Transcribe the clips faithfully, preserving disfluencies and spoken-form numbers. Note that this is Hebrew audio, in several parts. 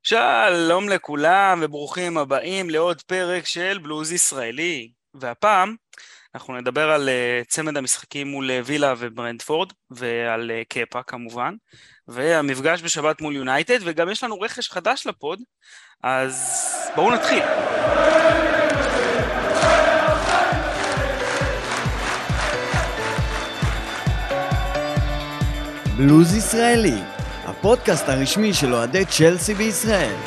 שלום לכולם וברוכים הבאים לעוד פרק של בלוז ישראלי, והפעם אנחנו נדבר על אה, צמד המשחקים מול אה, וילה וברנדפורד ועל אה, קפה כמובן, והמפגש בשבת מול יונייטד, וגם יש לנו רכש חדש לפוד, אז בואו נתחיל. בלוז ישראלי, הפודקאסט הרשמי של אוהדי צ'לסי בישראל.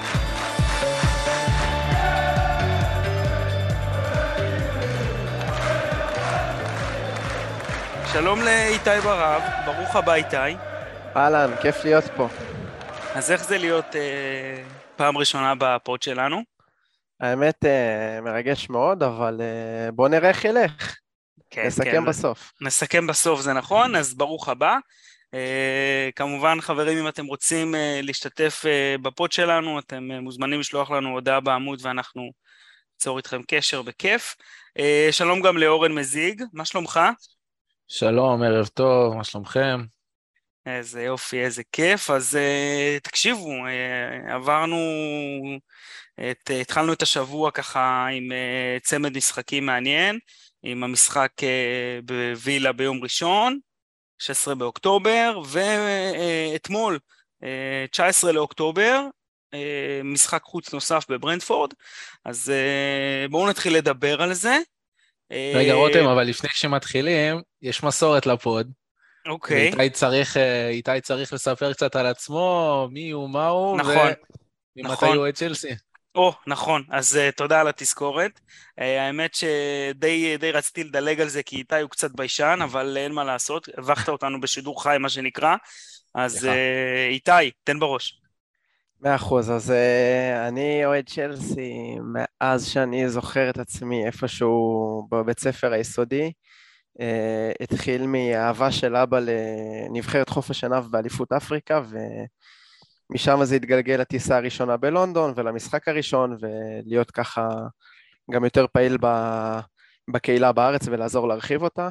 שלום לאיתי ברב, ברוך הבא איתי. אהלן, כיף להיות פה. אז איך זה להיות אה, פעם ראשונה בפוד שלנו? האמת אה, מרגש מאוד, אבל אה, בוא נראה איך ילך. כן, נסכם כן, בסוף. נסכם בסוף, זה נכון, אז ברוך הבא. Uh, כמובן חברים, אם אתם רוצים uh, להשתתף uh, בפוד שלנו, אתם uh, מוזמנים לשלוח לנו הודעה בעמוד ואנחנו ניצור איתכם קשר בכיף. Uh, שלום גם לאורן מזיג, מה שלומך? שלום, ערב טוב, מה שלומכם? איזה יופי, איזה כיף. אז uh, תקשיבו, uh, עברנו, את, uh, התחלנו את השבוע ככה עם uh, צמד משחקים מעניין, עם המשחק uh, בווילה ביום ראשון, שישה עשר באוקטובר, ואתמול, תשע עשרה לאוקטובר, משחק חוץ נוסף בברנדפורד, אז בואו נתחיל לדבר על זה. רגע רותם, אבל לפני שמתחילים, יש מסורת לפוד. אוקיי. איתי צריך, איתי צריך לספר קצת על עצמו, מי הוא, מה הוא, נכון, וממתי הוא את צ'לסי. או, נכון, אז uh, תודה על התזכורת. Uh, האמת שדי די רציתי לדלג על זה, כי איתי הוא קצת ביישן, אבל אין מה לעשות, הבחת אותנו בשידור חי, מה שנקרא. אז uh, איתי, תן בראש. מאה אחוז, אז uh, אני אוהד צ'לסי מאז שאני זוכר את עצמי איפשהו בבית ספר היסודי. Uh, התחיל מאהבה של אבא לנבחרת חוף השנהב באליפות אפריקה, ו... משם זה התגלגל לטיסה הראשונה בלונדון ולמשחק הראשון, ולהיות ככה גם יותר פעיל בקהילה בארץ ולעזור להרחיב אותה.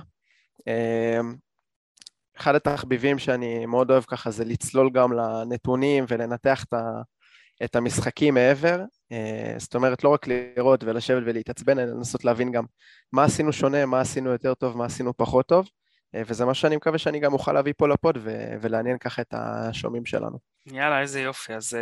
אחד התחביבים שאני מאוד אוהב ככה זה לצלול גם לנתונים ולנתח את המשחקים מעבר, זאת אומרת לא רק לראות ולשבת ולהתעצבן, אלא לנסות להבין גם מה עשינו שונה, מה עשינו יותר טוב, מה עשינו פחות טוב, וזה מה שאני מקווה שאני גם אוכל להביא פה לפוד ולעניין ככה את השומעים שלנו. יאללה, איזה יופי. אז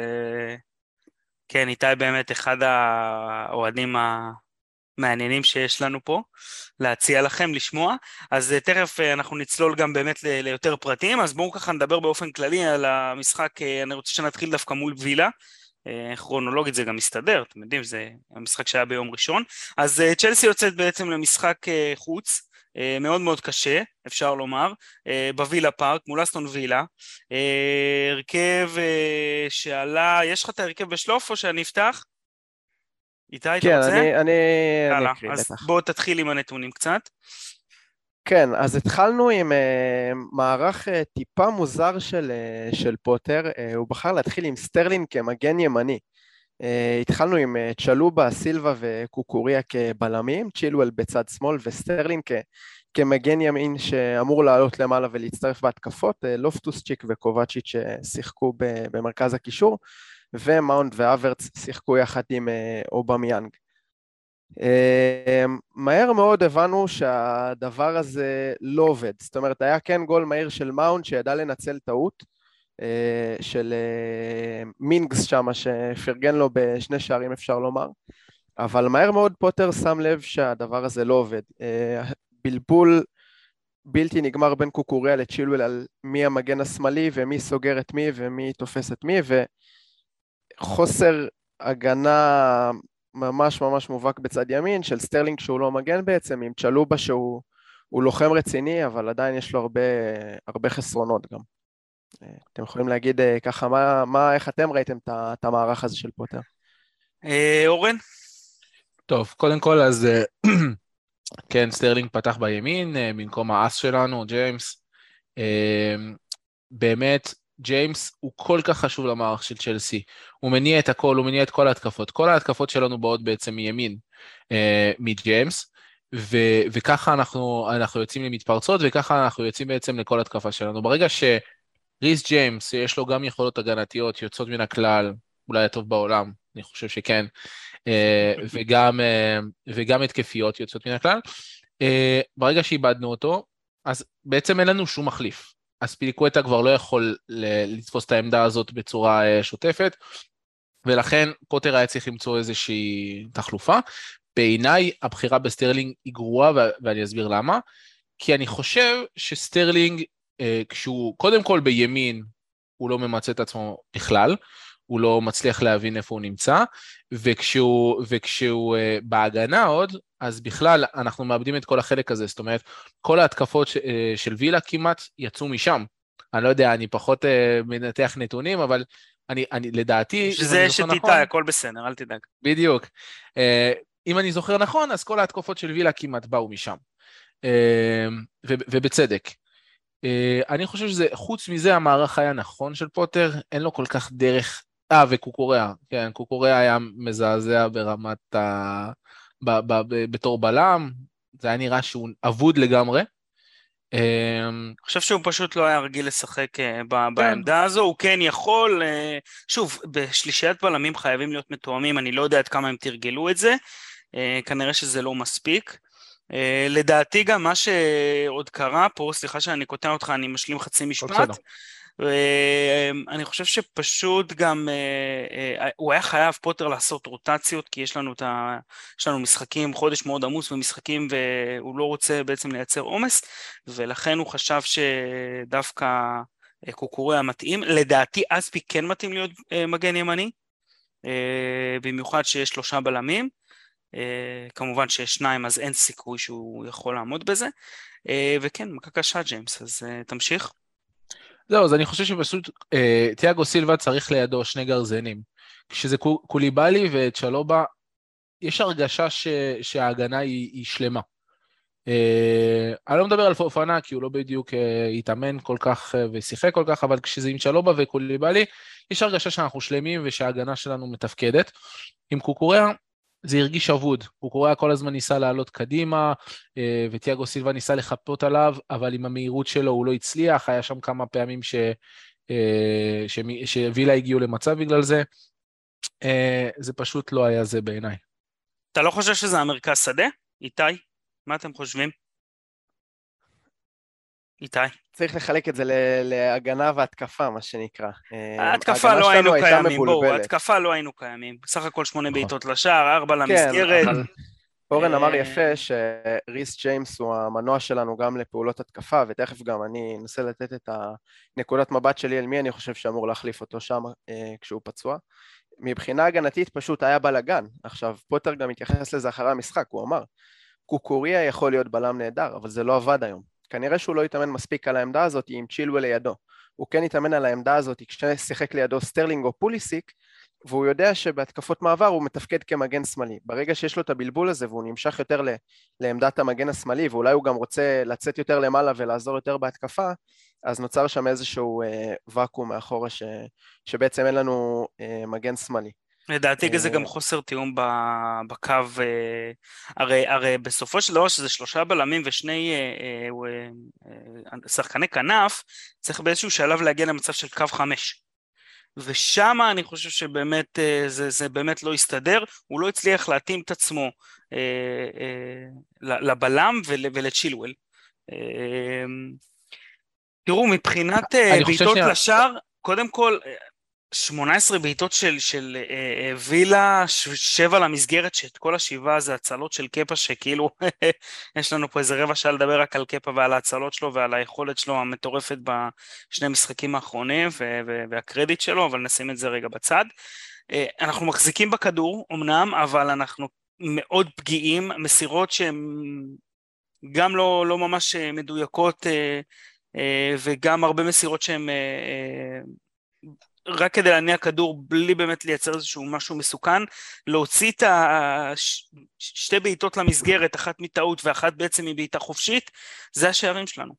כן, איתי באמת אחד האוהדים המעניינים שיש לנו פה, להציע לכם לשמוע. אז תכף אנחנו נצלול גם באמת ליותר פרטים, אז בואו ככה נדבר באופן כללי על המשחק. אני רוצה שנתחיל דווקא מול וילה, כרונולוגית זה גם מסתדר, אתם יודעים, זה המשחק שהיה ביום ראשון. אז צ'לסי יוצאת בעצם למשחק חוץ, מאוד מאוד קשה, אפשר לומר, בווילה פארק, מול אסטון וילה, הרכב שעלה, יש לך את הרכב בשלוף או שאני אפתח? איתי, אתה כן, רוצה? כן, אני, אני, יאללה, אני אקריא, אז בטח. בוא תתחיל עם הנתונים קצת. כן, אז התחלנו עם uh, מערך uh, טיפה מוזר של, uh, של פוטר, uh, הוא בחר להתחיל עם סטרלין כמגן ימני. Uh, התחלנו עם uh, צ'לובה, סילבה וקוקוריה כבלמים, צ'ילואל בצד שמאל וסטרלין כ, כמגן ימין שאמור לעלות למעלה ולהצטרף בהתקפות, uh, לופטוס צ'יק וקובצ'יץ' שיחקו ב, במרכז הקישור, ומאונט ואברץ שיחקו יחד עם uh, אובמיאנג. Uh, מהר מאוד הבנו שהדבר הזה לא עובד, זאת אומרת היה כן גול מהיר של מאונט שידע לנצל טעות, Uh, של uh, מינגס שם שפרגן לו בשני שערים אפשר לומר, אבל מהר מאוד פוטר שם לב שהדבר הזה לא עובד, uh, בלבול בלתי נגמר בין קוקוריה לצ'ילואל על מי המגן השמאלי ומי סוגר את מי ומי תופס את מי, וחוסר הגנה ממש ממש מובהק בצד ימין של סטרלינג שהוא לא מגן בעצם, עם צ'לובה שהוא לוחם רציני אבל עדיין יש לו הרבה, הרבה חסרונות גם. אתם יכולים להגיד ככה, מה, מה, איך אתם ראיתם את המערך הזה של פוטר? אורן? טוב, קודם כל, אז כן, סטרלינג פתח בימין, במקום האס שלנו, ג'יימס. באמת, ג'יימס הוא כל כך חשוב למערך של צ'לסי. הוא מניע את הכל, הוא מניע את כל ההתקפות. כל ההתקפות שלנו באות בעצם מימין, מג'יימס. ו- וככה אנחנו, אנחנו יוצאים למתפרצות, וככה אנחנו יוצאים בעצם לכל התקפה שלנו. ברגע ש... ריס ג'יימס, יש לו גם יכולות הגנתיות, יוצאות מן הכלל, אולי הטוב בעולם, אני חושב שכן, וגם, וגם התקפיות יוצאות מן הכלל. ברגע שאיבדנו אותו, אז בעצם אין לנו שום מחליף. אז פיליקווטה כבר לא יכול לתפוס את העמדה הזאת בצורה שוטפת, ולכן פוטר היה צריך למצוא איזושהי תחלופה. בעיניי הבחירה בסטרלינג היא גרועה, ואני אסביר למה. כי אני חושב שסטרלינג, כשהוא קודם כל בימין, הוא לא ממצא את עצמו בכלל, הוא לא מצליח להבין איפה הוא נמצא, וכשהוא, וכשהוא בהגנה עוד, אז בכלל אנחנו מאבדים את כל החלק הזה, זאת אומרת, כל ההתקפות של וילה כמעט יצאו משם. אני לא יודע, אני פחות מנתח נתונים, אבל אני, אני לדעתי... שזה יש את איתי, הכל בסדר, אל תדאג. בדיוק. אם אני זוכר נכון, אז כל ההתקפות של וילה כמעט באו משם. ובצדק. אני חושב שזה, חוץ מזה, המערך היה נכון של פוטר, אין לו כל כך דרך, אה, וקוקוריאה, כן, קוקוריאה היה מזעזע ברמת ה... בתור בלם, זה היה נראה שהוא אבוד לגמרי. אני חושב שהוא פשוט לא היה רגיל לשחק בעמדה הזו, הוא כן יכול, שוב, בשלישיית בלמים חייבים להיות מתואמים, אני לא יודע עד כמה הם תרגלו את זה, כנראה שזה לא מספיק. לדעתי גם מה שעוד קרה פה, סליחה שאני קוטע אותך, אני משלים חצי משפט, אני חושב שפשוט גם, הוא היה חייב פוטר לעשות רוטציות, כי יש לנו, ה, יש לנו משחקים, חודש מאוד עמוס ומשחקים, והוא לא רוצה בעצם לייצר עומס, ולכן הוא חשב שדווקא קוקוריאה מתאים, לדעתי אספי כן מתאים להיות מגן ימני, במיוחד שיש שלושה בלמים, כמובן שיש שניים, אז אין סיכוי שהוא יכול לעמוד בזה, וכן, מכה קשה ג'יימס, אז תמשיך. זהו, אז אני חושב שפשוט תיאגו סילבה צריך לידו שני גרזנים. כשזה קוליבאלי וצ'לובה, יש הרגשה ש, שההגנה היא, היא שלמה. אני לא מדבר על פופנה, כי הוא לא בדיוק התאמן כל כך ושיחק כל כך, אבל כשזה עם צ'לובה וקוליבאלי, יש הרגשה שאנחנו שלמים ושההגנה שלנו מתפקדת. עם קוקוריאה, זה הרגיש אבוד, קוקוריאה כל הזמן ניסה לעלות קדימה, ותיאגו סילבה ניסה לחפות עליו, אבל עם המהירות שלו הוא לא הצליח, היה שם כמה פעמים ש... ש... שווילה הגיעו למצב בגלל זה, זה פשוט לא היה זה בעיניי. אתה לא חושב שזה המרכז שדה? איתי? מה אתם חושבים? איתי? צריך לחלק את זה להגנה והתקפה, מה שנקרא. התקפה לא היינו קיימים, בואו, התקפה לא היינו קיימים. בסך הכל שמונה בעיטות לשער, ארבע למסגרת. אורן אמר יפה שריס ג'יימס הוא המנוע שלנו גם לפעולות התקפה, ותכף גם אני אנסה לתת את הנקודת מבט שלי על מי אני חושב שאמור להחליף אותו שם כשהוא פצוע. מבחינה הגנתית פשוט היה בלגן. עכשיו, פוטר גם התייחס לזה אחרי המשחק, הוא אמר, קוקוריה יכול להיות בלם נהדר, אבל זה לא עבד היום. כנראה שהוא לא יתאמן מספיק על העמדה הזאת עם צ'ילואל לידו. הוא כן יתאמן על העמדה הזאת כששיחק לידו סטרלינג או פוליסיק, והוא יודע שבהתקפות מעבר הוא מתפקד כמגן שמאלי. ברגע שיש לו את הבלבול הזה והוא נמשך יותר לעמדת המגן השמאלי, ואולי הוא גם רוצה לצאת יותר למעלה ולעזור יותר בהתקפה, אז נוצר שם איזשהו ואקום מאחורה ש... שבעצם אין לנו מגן שמאלי. לדעתי זה גם חוסר תיאום בקו, הרי, הרי בסופו של דבר שזה שלושה בלמים ושני שחקני כנף, צריך באיזשהו שלב להגיע למצב של קו חמש. ושם אני חושב שבאמת זה, זה באמת לא יסתדר, הוא לא הצליח להתאים את עצמו לבלם ולצ'ילואל. תראו, מבחינת בעיטות לשער, קודם כל, שמונה עשרה בעיטות של, של אה, וילה, שבע למסגרת, שאת כל השבעה זה הצלות של קפה, שכאילו יש לנו פה איזה רבע שעה לדבר רק על קפה ועל ההצלות שלו ועל היכולת שלו המטורפת בשני משחקים האחרונים ו- ו- והקרדיט שלו, אבל נשים את זה רגע בצד. אה, אנחנו מחזיקים בכדור אמנם, אבל אנחנו מאוד פגיעים, מסירות שהן גם לא, לא ממש מדויקות אה, אה, וגם הרבה מסירות שהן... אה, אה, רק כדי להניע כדור בלי באמת לייצר איזשהו משהו מסוכן, להוציא את שתי בעיטות למסגרת, אחת מטעות ואחת בעצם מבעיטה חופשית, זה השערים שלנו.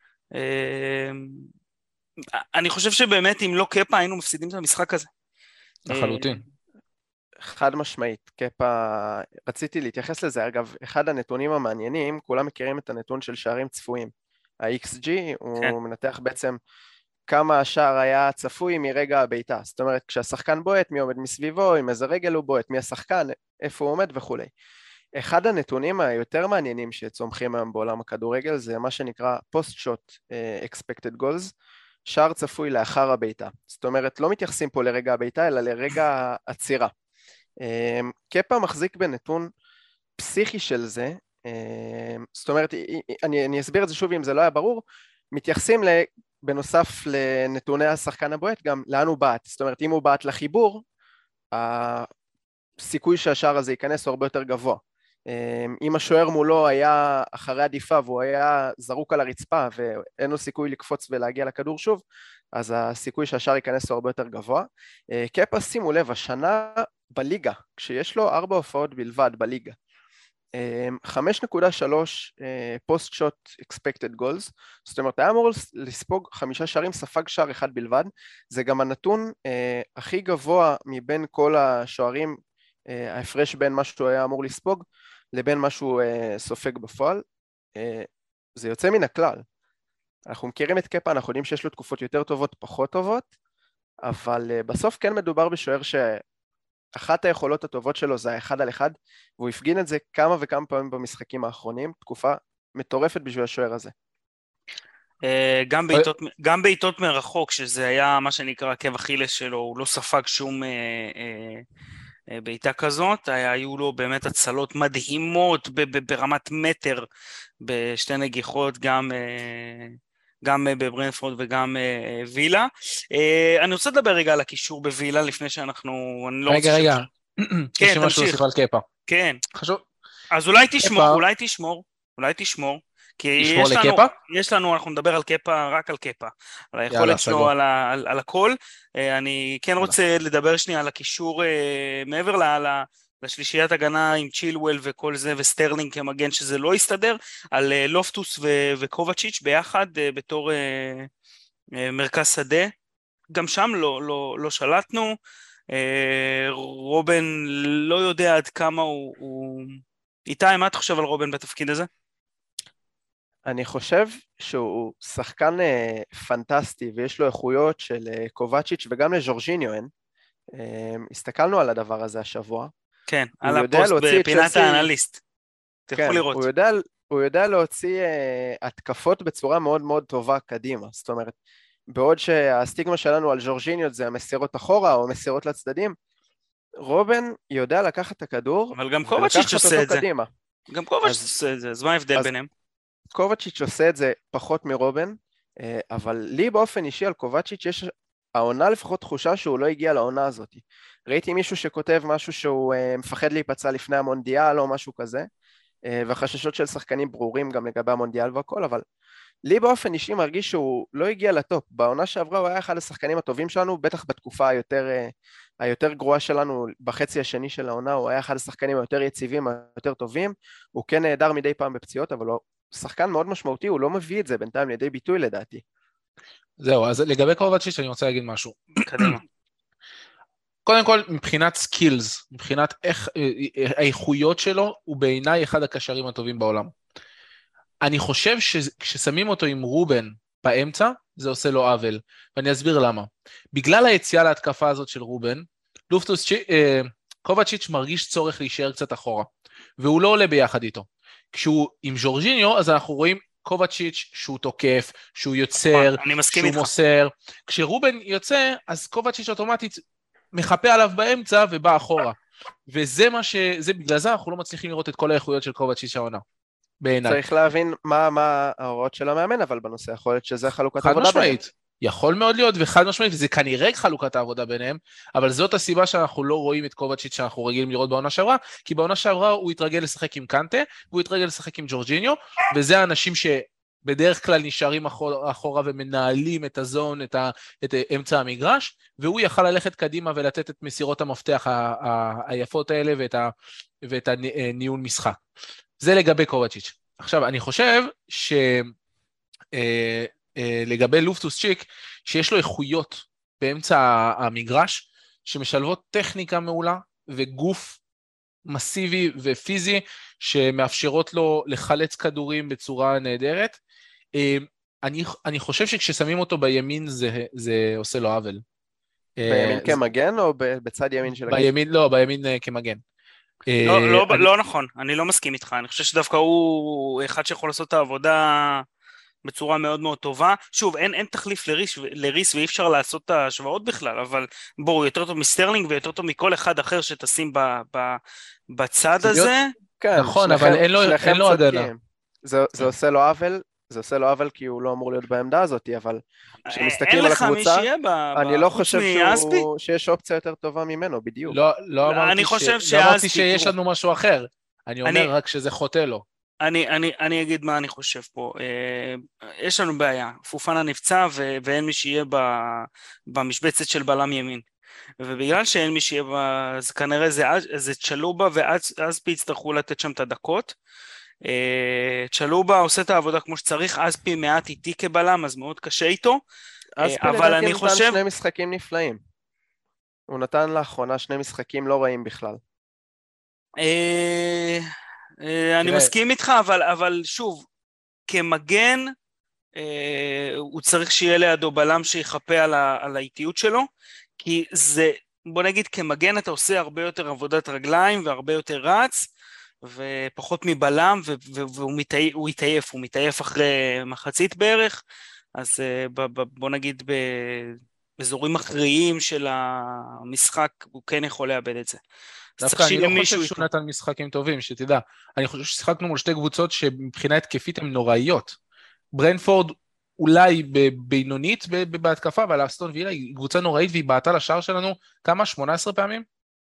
אני חושב שבאמת אם לא קפה היינו מפסידים את המשחק הזה. לחלוטין. חד משמעית, קפה, רציתי להתייחס לזה, אגב, אחד הנתונים המעניינים, כולם מכירים את הנתון של שערים צפויים. ה-אקס ג'י הוא כן. מנתח בעצם כמה השער היה צפוי מרגע הביתה. זאת אומרת, כשהשחקן בועט, מי עומד מסביבו, עם איזה רגל הוא בועט, מי השחקן, איפה הוא עומד וכו'. אחד הנתונים היותר מעניינים שצומחים היום בעולם הכדורגל, זה מה שנקרא post-shot expected goals, שער צפוי לאחר הביתה. זאת אומרת, לא מתייחסים פה לרגע הביתה, אלא לרגע העצירה. קפה מחזיק בנתון פסיכי של זה, זאת אומרת, אני, אני אסביר את זה שוב אם זה לא היה ברור, מתייחסים ל, בנוסף לנתוני השחקן הבועט, גם לאן הוא בעט. זאת אומרת, אם הוא בעט לחיבור, הסיכוי שהשער הזה ייכנס הוא הרבה יותר גבוה. אם השוער מולו היה אחרי עדיפה והוא היה זרוק על הרצפה ואין לו סיכוי לקפוץ ולהגיע לכדור שוב, אז הסיכוי שהשער ייכנס הוא הרבה יותר גבוה. קפה, שימו לב, השנה בליגה, כשיש לו ארבע הופעות בלבד בליגה, חמש נקודה שלוש פוסט שוט expected goals, זאת אומרת, היה אמור לספוג חמישה שערים, ספג שער אחד בלבד, זה גם הנתון הכי גבוה מבין כל השוערים, ההפרש בין מה שהוא היה אמור לספוג, לבין מה שהוא סופג בפועל, זה יוצא מן הכלל. אנחנו מכירים את קפה, אנחנו יודעים שיש לו תקופות יותר טובות, פחות טובות, אבל בסוף כן מדובר בשוער שאחת היכולות הטובות שלו זה האחד על אחד, והוא הפגין את זה כמה וכמה פעמים במשחקים האחרונים, תקופה מטורפת בשביל השוער הזה. גם בעיטות, גם בעיטות מרחוק, שזה היה מה שנקרא עקב אכילס שלו, הוא לא ספג שום בעיטה כזאת, היו לו באמת הצלות מדהימות ברמת מטר, בשתי נגיחות, גם גם בברנפורד וגם וילה. אני רוצה לדבר רגע על הקישור בווילה, לפני שאנחנו... רגע, רגע. כן, יש משהו להוסיף על קפה. כן. חשוב. אז אולי תשמור, אולי תשמור, אולי תשמור. כי יש לנו, יש לנו, אנחנו נדבר על קפה, רק על קפה, על היכולת שלו, על, על, על הכל. אני כן רוצה לדבר שנייה על הקישור, מעבר ל, לשלישיית הגנה עם צ'ילואל וכל זה, וסטרלינג כמגן שזה לא יסתדר, על לופטוס ו- וקובצ'יץ' ביחד בתור מרכז שדה. גם שם לא, לא, לא שלטנו. רובן לא יודע עד כמה הוא... הוא... איתי, מה אתה חושב על רובן בתפקיד הזה? אני חושב שהוא שחקן פנטסטי, ויש לו איכויות של קובצ'יץ' וגם לג'ורג'יניו אין. הסתכלנו על הדבר הזה השבוע. כן, על הפוסט בפינת האנליסט. תלכו לראות. הוא יודע, הוא יודע להוציא התקפות בצורה מאוד מאוד טובה קדימה. זאת אומרת, בעוד שהסטיגמה שלנו על ג'ורג'יניו זה המסירות אחורה או המסירות לצדדים, רובן יודע לקחת את הכדור, אבל גם קובצ'יץ' עושה את זה. קדימה. גם קובצ'יץ' עושה את זה, אז מה ההבדל ביניהם? קובצ'יץ' עושה את זה פחות מרובן, אבל לי באופן אישי על קובצ'יץ' יש העונה לפחות תחושה שהוא לא הגיע לעונה הזאת. ראיתי מישהו שכותב משהו שהוא מפחד להיפצע לפני המונדיאל או משהו כזה, והחששות של שחקנים ברורים גם לגבי המונדיאל והכל, אבל לי באופן אישי מרגיש שהוא לא הגיע לטופ. בעונה שעברה הוא היה אחד השחקנים הטובים שלנו, בטח בתקופה היותר, היותר גרועה שלנו, בחצי השני של העונה, הוא היה אחד השחקנים היותר יציבים, היותר טובים, הוא כן נהדר מדי פעם בפציעות, אבל הוא שחקן מאוד משמעותי, הוא לא מביא את זה בינתיים לידי ביטוי לדעתי. זהו, אז לגבי קובצ'יץ' אני רוצה להגיד משהו. קדימה. קודם כל, מבחינת סקילס, מבחינת איך, האיכויות שלו, הוא בעיניי אחד הקשרים הטובים בעולם. אני חושב שכששמים אותו עם רובן באמצע, זה עושה לו עוול, ואני אסביר למה. בגלל היציאה להתקפה הזאת של רובן, לופטוס, אה, קובצ'יץ' מרגיש צורך להישאר קצת אחורה, והוא לא עולה ביחד איתו. כשהוא עם ג'ורג'יניו, אז אנחנו רואים קובצ'יץ' שהוא תוקף, שהוא יוצר, שהוא איתך. מוסר. כשרובן יוצא, אז קובצ'יץ' אוטומטית מחפה עליו באמצע ובא אחורה. וזה מה ש... זה בגלל זה אנחנו לא מצליחים לראות את כל האיכויות של קובצ'יץ' העונה. בעיניי. צריך להבין מה, מה ההוראות של המאמן, אבל בנושא יכול להיות שזה חלוקת חד עבודה משמעית. ביניהם. יכול מאוד להיות וחד משמעית, וזה כנראה חלוקת העבודה ביניהם, אבל זאת הסיבה שאנחנו לא רואים את קובצ'יץ' שאנחנו רגילים לראות בעונה שעברה, כי בעונה שעברה הוא התרגל לשחק עם קנטה, והוא התרגל לשחק עם ג'ורג'יניו, וזה האנשים שבדרך כלל נשארים אחורה, אחורה ומנהלים את הזון, את, ה, את אמצע המגרש, והוא יכל ללכת קדימה ולתת את מסירות המפתח ה, ה, היפות האלה ואת, ה, ואת הניהול משחק. זה לגבי קובצ'יץ'. עכשיו, אני חושב ש... אה, לגבי לופטוס צ'יק, שיש לו איכויות באמצע המגרש, שמשלבות טכניקה מעולה, וגוף מסיבי ופיזי, שמאפשרות לו לחלץ כדורים בצורה נהדרת. אני, אני חושב שכששמים אותו בימין זה, זה עושה לו עוול. בימין אה, כמגן או ב- בצד ימין של הקישור? בימין, לא, בימין אה, כמגן. לא, אה, לא, אני, לא נכון, אני לא מסכים איתך, אני חושב שדווקא הוא אחד שיכול לעשות את העבודה בצורה מאוד מאוד טובה. שוב, אין, אין תחליף לריס, לריס ואי אפשר לעשות את ההשוואות בכלל, אבל בואו, הוא יותר טוב מסטרלינג ויותר טוב מכל אחד אחר שתשים ב, ב, בצד זה להיות, הזה. כן, נכון, שניכם, אבל אין לו, שניכם אין לו הגנה. צודקים. זה, זה עושה לו עוול, זה עושה לו עוול כי הוא לא אמור להיות בעמדה הזאת, אבל אין כשמסתכלים על לך מי הקבוצה, שיהיה ב, אני ב, לא חוץ חושב מאספי. שהוא, שיש אופציה יותר טובה ממנו, בדיוק. לא, לא אני אמרתי, חושב ש... לא אמרתי שאספי, שיש תראו, לנו משהו אחר. אני אומר אני, רק שזה חוטא לו. אני, אני, אני אגיד מה אני חושב פה. אה, יש לנו בעיה, פופנה נפצע ו- ואין מי שיהיה ב- במשבצת של בלם ימין. ובגלל שאין מי שיהיה בה, אז כנראה זה, זה צ'לובה ואספי יצטרכו לתת שם את הדקות. אה, צ'לובה עושה את העבודה כמו שצריך, אספי מעט איטי כבלם, אז מאוד קשה איתו. אה, אספי אבל לדעתי אני נתן חושב... שני משחקים נפלאים. הוא נתן לאחרונה שני משחקים לא רעים בכלל. אה, אה, אני תראה, מסכים איתך, אבל, אבל שוב, כמגן, אה, הוא צריך שיהיה לידו בלם שיחפה על, ה, על האיטיות שלו, כי זה, בוא נגיד, כמגן אתה עושה הרבה יותר עבודת רגליים והרבה יותר רץ, ופחות מבלם, ו, ו, והוא מתעייף, הוא מתעייף, הוא מתעייף אחרי מחצית בערך, אז אה, ב, ב, בוא נגיד באזורים מכריעים של המשחק, הוא כן יכול לאבד את זה. דווקא אני לא חושב שהוא נתן משחקים טובים, שתדע. אני חושב ששיחקנו מול שתי קבוצות שמבחינה התקפית הן נוראיות. ברנפורד אולי בבינונית בהתקפה, אבל אסטון וילה היא קבוצה נוראית, והיא בעטה לשער שלנו כמה? שמונה עשרה פעמים?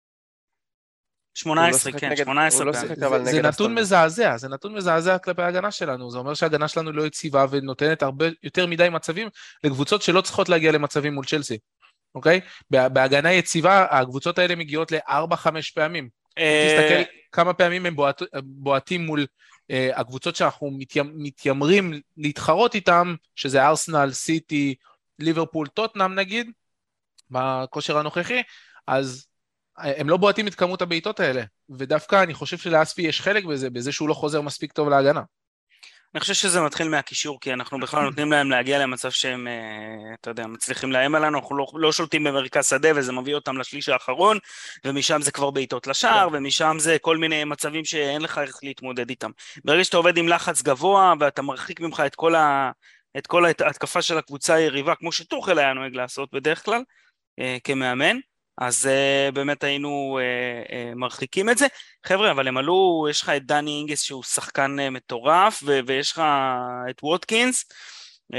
שמונה עשרה, כן, שמונה עשרה פעמים. זה נתון מזעזע, זה נתון מזעזע כלפי ההגנה שלנו. זה אומר שההגנה שלנו לא יציבה ונותנת הרבה יותר מדי מצבים לקבוצות שלא צריכות להגיע למצבים מול צ'לסי. אוקיי? בהגנה יציבה, הקבוצות האלה מגיעות לארבע, חמש פעמים. תסתכל כמה פעמים הם בועטים מול הקבוצות שאנחנו מתיימרים להתחרות איתם, שזה ארסנל, סיטי, ליברפול, טוטנהאם נגיד, בכושר הנוכחי, אז הם לא בועטים את כמות הבעיטות האלה, ודווקא אני חושב שלאספי יש חלק בזה, בזה שהוא לא חוזר מספיק טוב להגנה. אני חושב שזה מתחיל מהקישור, כי אנחנו בכלל נותנים להם להגיע למצב שהם, אתה יודע, מצליחים להם עלינו, אנחנו לא, לא שולטים במרכז שדה, וזה מביא אותם לשליש האחרון, ומשם זה כבר בעיטות לשער, ומשם זה כל מיני מצבים שאין לך איך להתמודד איתם. ברגע שאתה עובד עם לחץ גבוה, ואתה מרחיק ממך את כל, ה, את כל ההתקפה של הקבוצה היריבה, כמו שטוחל היה נוהג לעשות בדרך כלל, כמאמן, אז uh, באמת היינו uh, uh, מרחיקים את זה. חבר'ה, אבל הם עלו, יש לך את דני אינגס שהוא שחקן uh, מטורף, ו- ויש לך את ווטקינס, uh,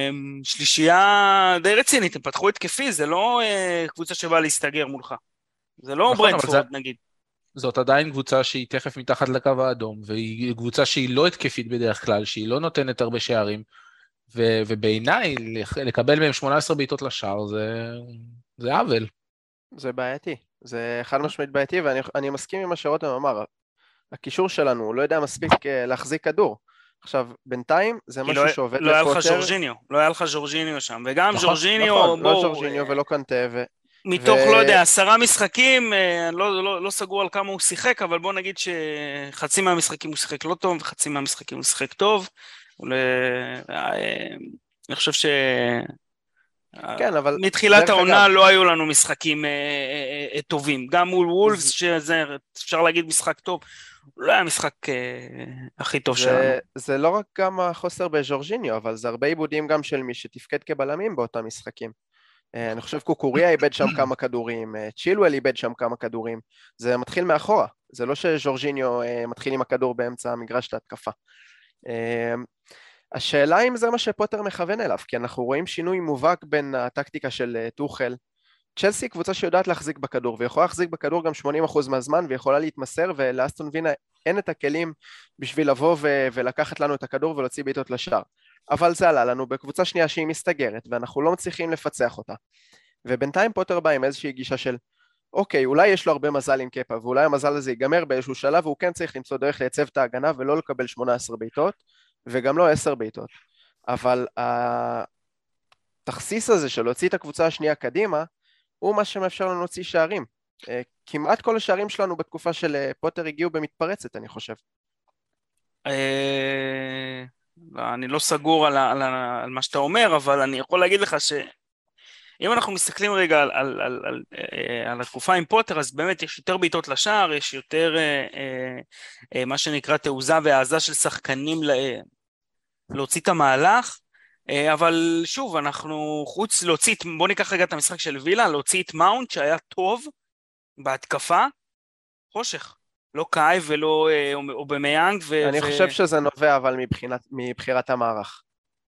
שלישייה די רצינית, הם פתחו התקפי, זה לא uh, קבוצה שבאה להסתגר מולך, זה לא נכון, ברנדפורד זה... נגיד. זאת עדיין קבוצה שהיא תכף מתחת לקו האדום, והיא קבוצה שהיא לא התקפית בדרך כלל, שהיא לא נותנת הרבה שערים, ו- ובעיניי לקבל מהם שמונה עשרה בעיטות לשער, זה, זה עוול. זה בעייתי, זה חד משמעית בעייתי, ואני מסכים עם מה שרותם אמר, הקישור שלנו, הוא לא יודע מספיק להחזיק כדור, עכשיו בינתיים זה משהו לא, שעובד לא לפוטר, היה לך ז'ורג'יניו, לא היה לך ז'ורג'יניו שם, וגם נכון, ז'ורג'יניו, נכון, בוא, לא ז'ורג'יניו ולא קנטה, ו... מתוך ו... לא יודע, עשרה משחקים, לא, לא, לא סגרו על כמה הוא שיחק, אבל בוא נגיד שחצי מהמשחקים הוא שיחק לא טוב, וחצי מהמשחקים הוא שיחק טוב, ול... אני חושב ש... כן, אבל מתחילת העונה לא היו לנו משחקים אה, אה, אה, טובים, גם מול וולפס, שזה אפשר להגיד משחק טוב, לא היה משחק אה, הכי טוב זה, שלנו. זה לא רק גם החוסר בז'ורג'יניו, אבל זה הרבה עיבודים גם של מי שתפקד כבלמים באותם משחקים. אה, אני חושב קוקוריה איבד שם כמה כדורים, אה, צ'ילואל איבד שם כמה כדורים, זה מתחיל מאחורה, זה לא שז'ורג'יניו אה, מתחיל עם הכדור באמצע המגרש להתקפה. אה, השאלה אם זה מה שפוטר מכוון אליו, כי אנחנו רואים שינוי מובהק בין הטקטיקה של טוחל. צ'לסי קבוצה שיודעת להחזיק בכדור, ויכולה להחזיק בכדור גם שמונים אחוז מהזמן, ויכולה להתמסר, ולאסטון וילה אין את הכלים בשביל לבוא ו- ולקחת לנו את הכדור ולהוציא בעיטות לשער. אבל זה עלה לנו בקבוצה שנייה שהיא מסתגרת, ואנחנו לא מצליחים לפצח אותה. ובינתיים פוטר בא עם איזושהי גישה של, אוקיי, אולי יש לו הרבה מזל עם קפה, ואולי המזל הזה ייגמר באיזשהו שלב, והוא כן צריך למצוא דרך לייצב את ההגנה ולא לקבל שמונה עשרה בעיטות, וגם לא עשר בעיטות, אבל התכסיס הזה של להוציא את הקבוצה השנייה קדימה, הוא מה שמאפשר לנו להוציא שערים. כמעט כל השערים שלנו בתקופה של פוטר הגיעו במתפרצת, אני חושב. לא, אני לא סגור על, ה- על, ה- על מה שאתה אומר, אבל אני יכול להגיד לך שאם אנחנו מסתכלים רגע על, על, על, על, אה, על התקופה עם פוטר, אז באמת יש יותר בעיטות לשער, יש יותר אה, אה, אה, מה שנקרא תעוזה והעזה של שחקנים ל, להוציא את המהלך, אה, אבל שוב, אנחנו חוץ להוציא, את- בוא ניקח רגע את המשחק של וילה, להוציא את מאונט שהיה טוב בהתקפה, חושך. לא קאי ולא אה, אובמיאנג ו... אני ו... חושב שזה נובע אבל מבחינת, מבחירת המערך.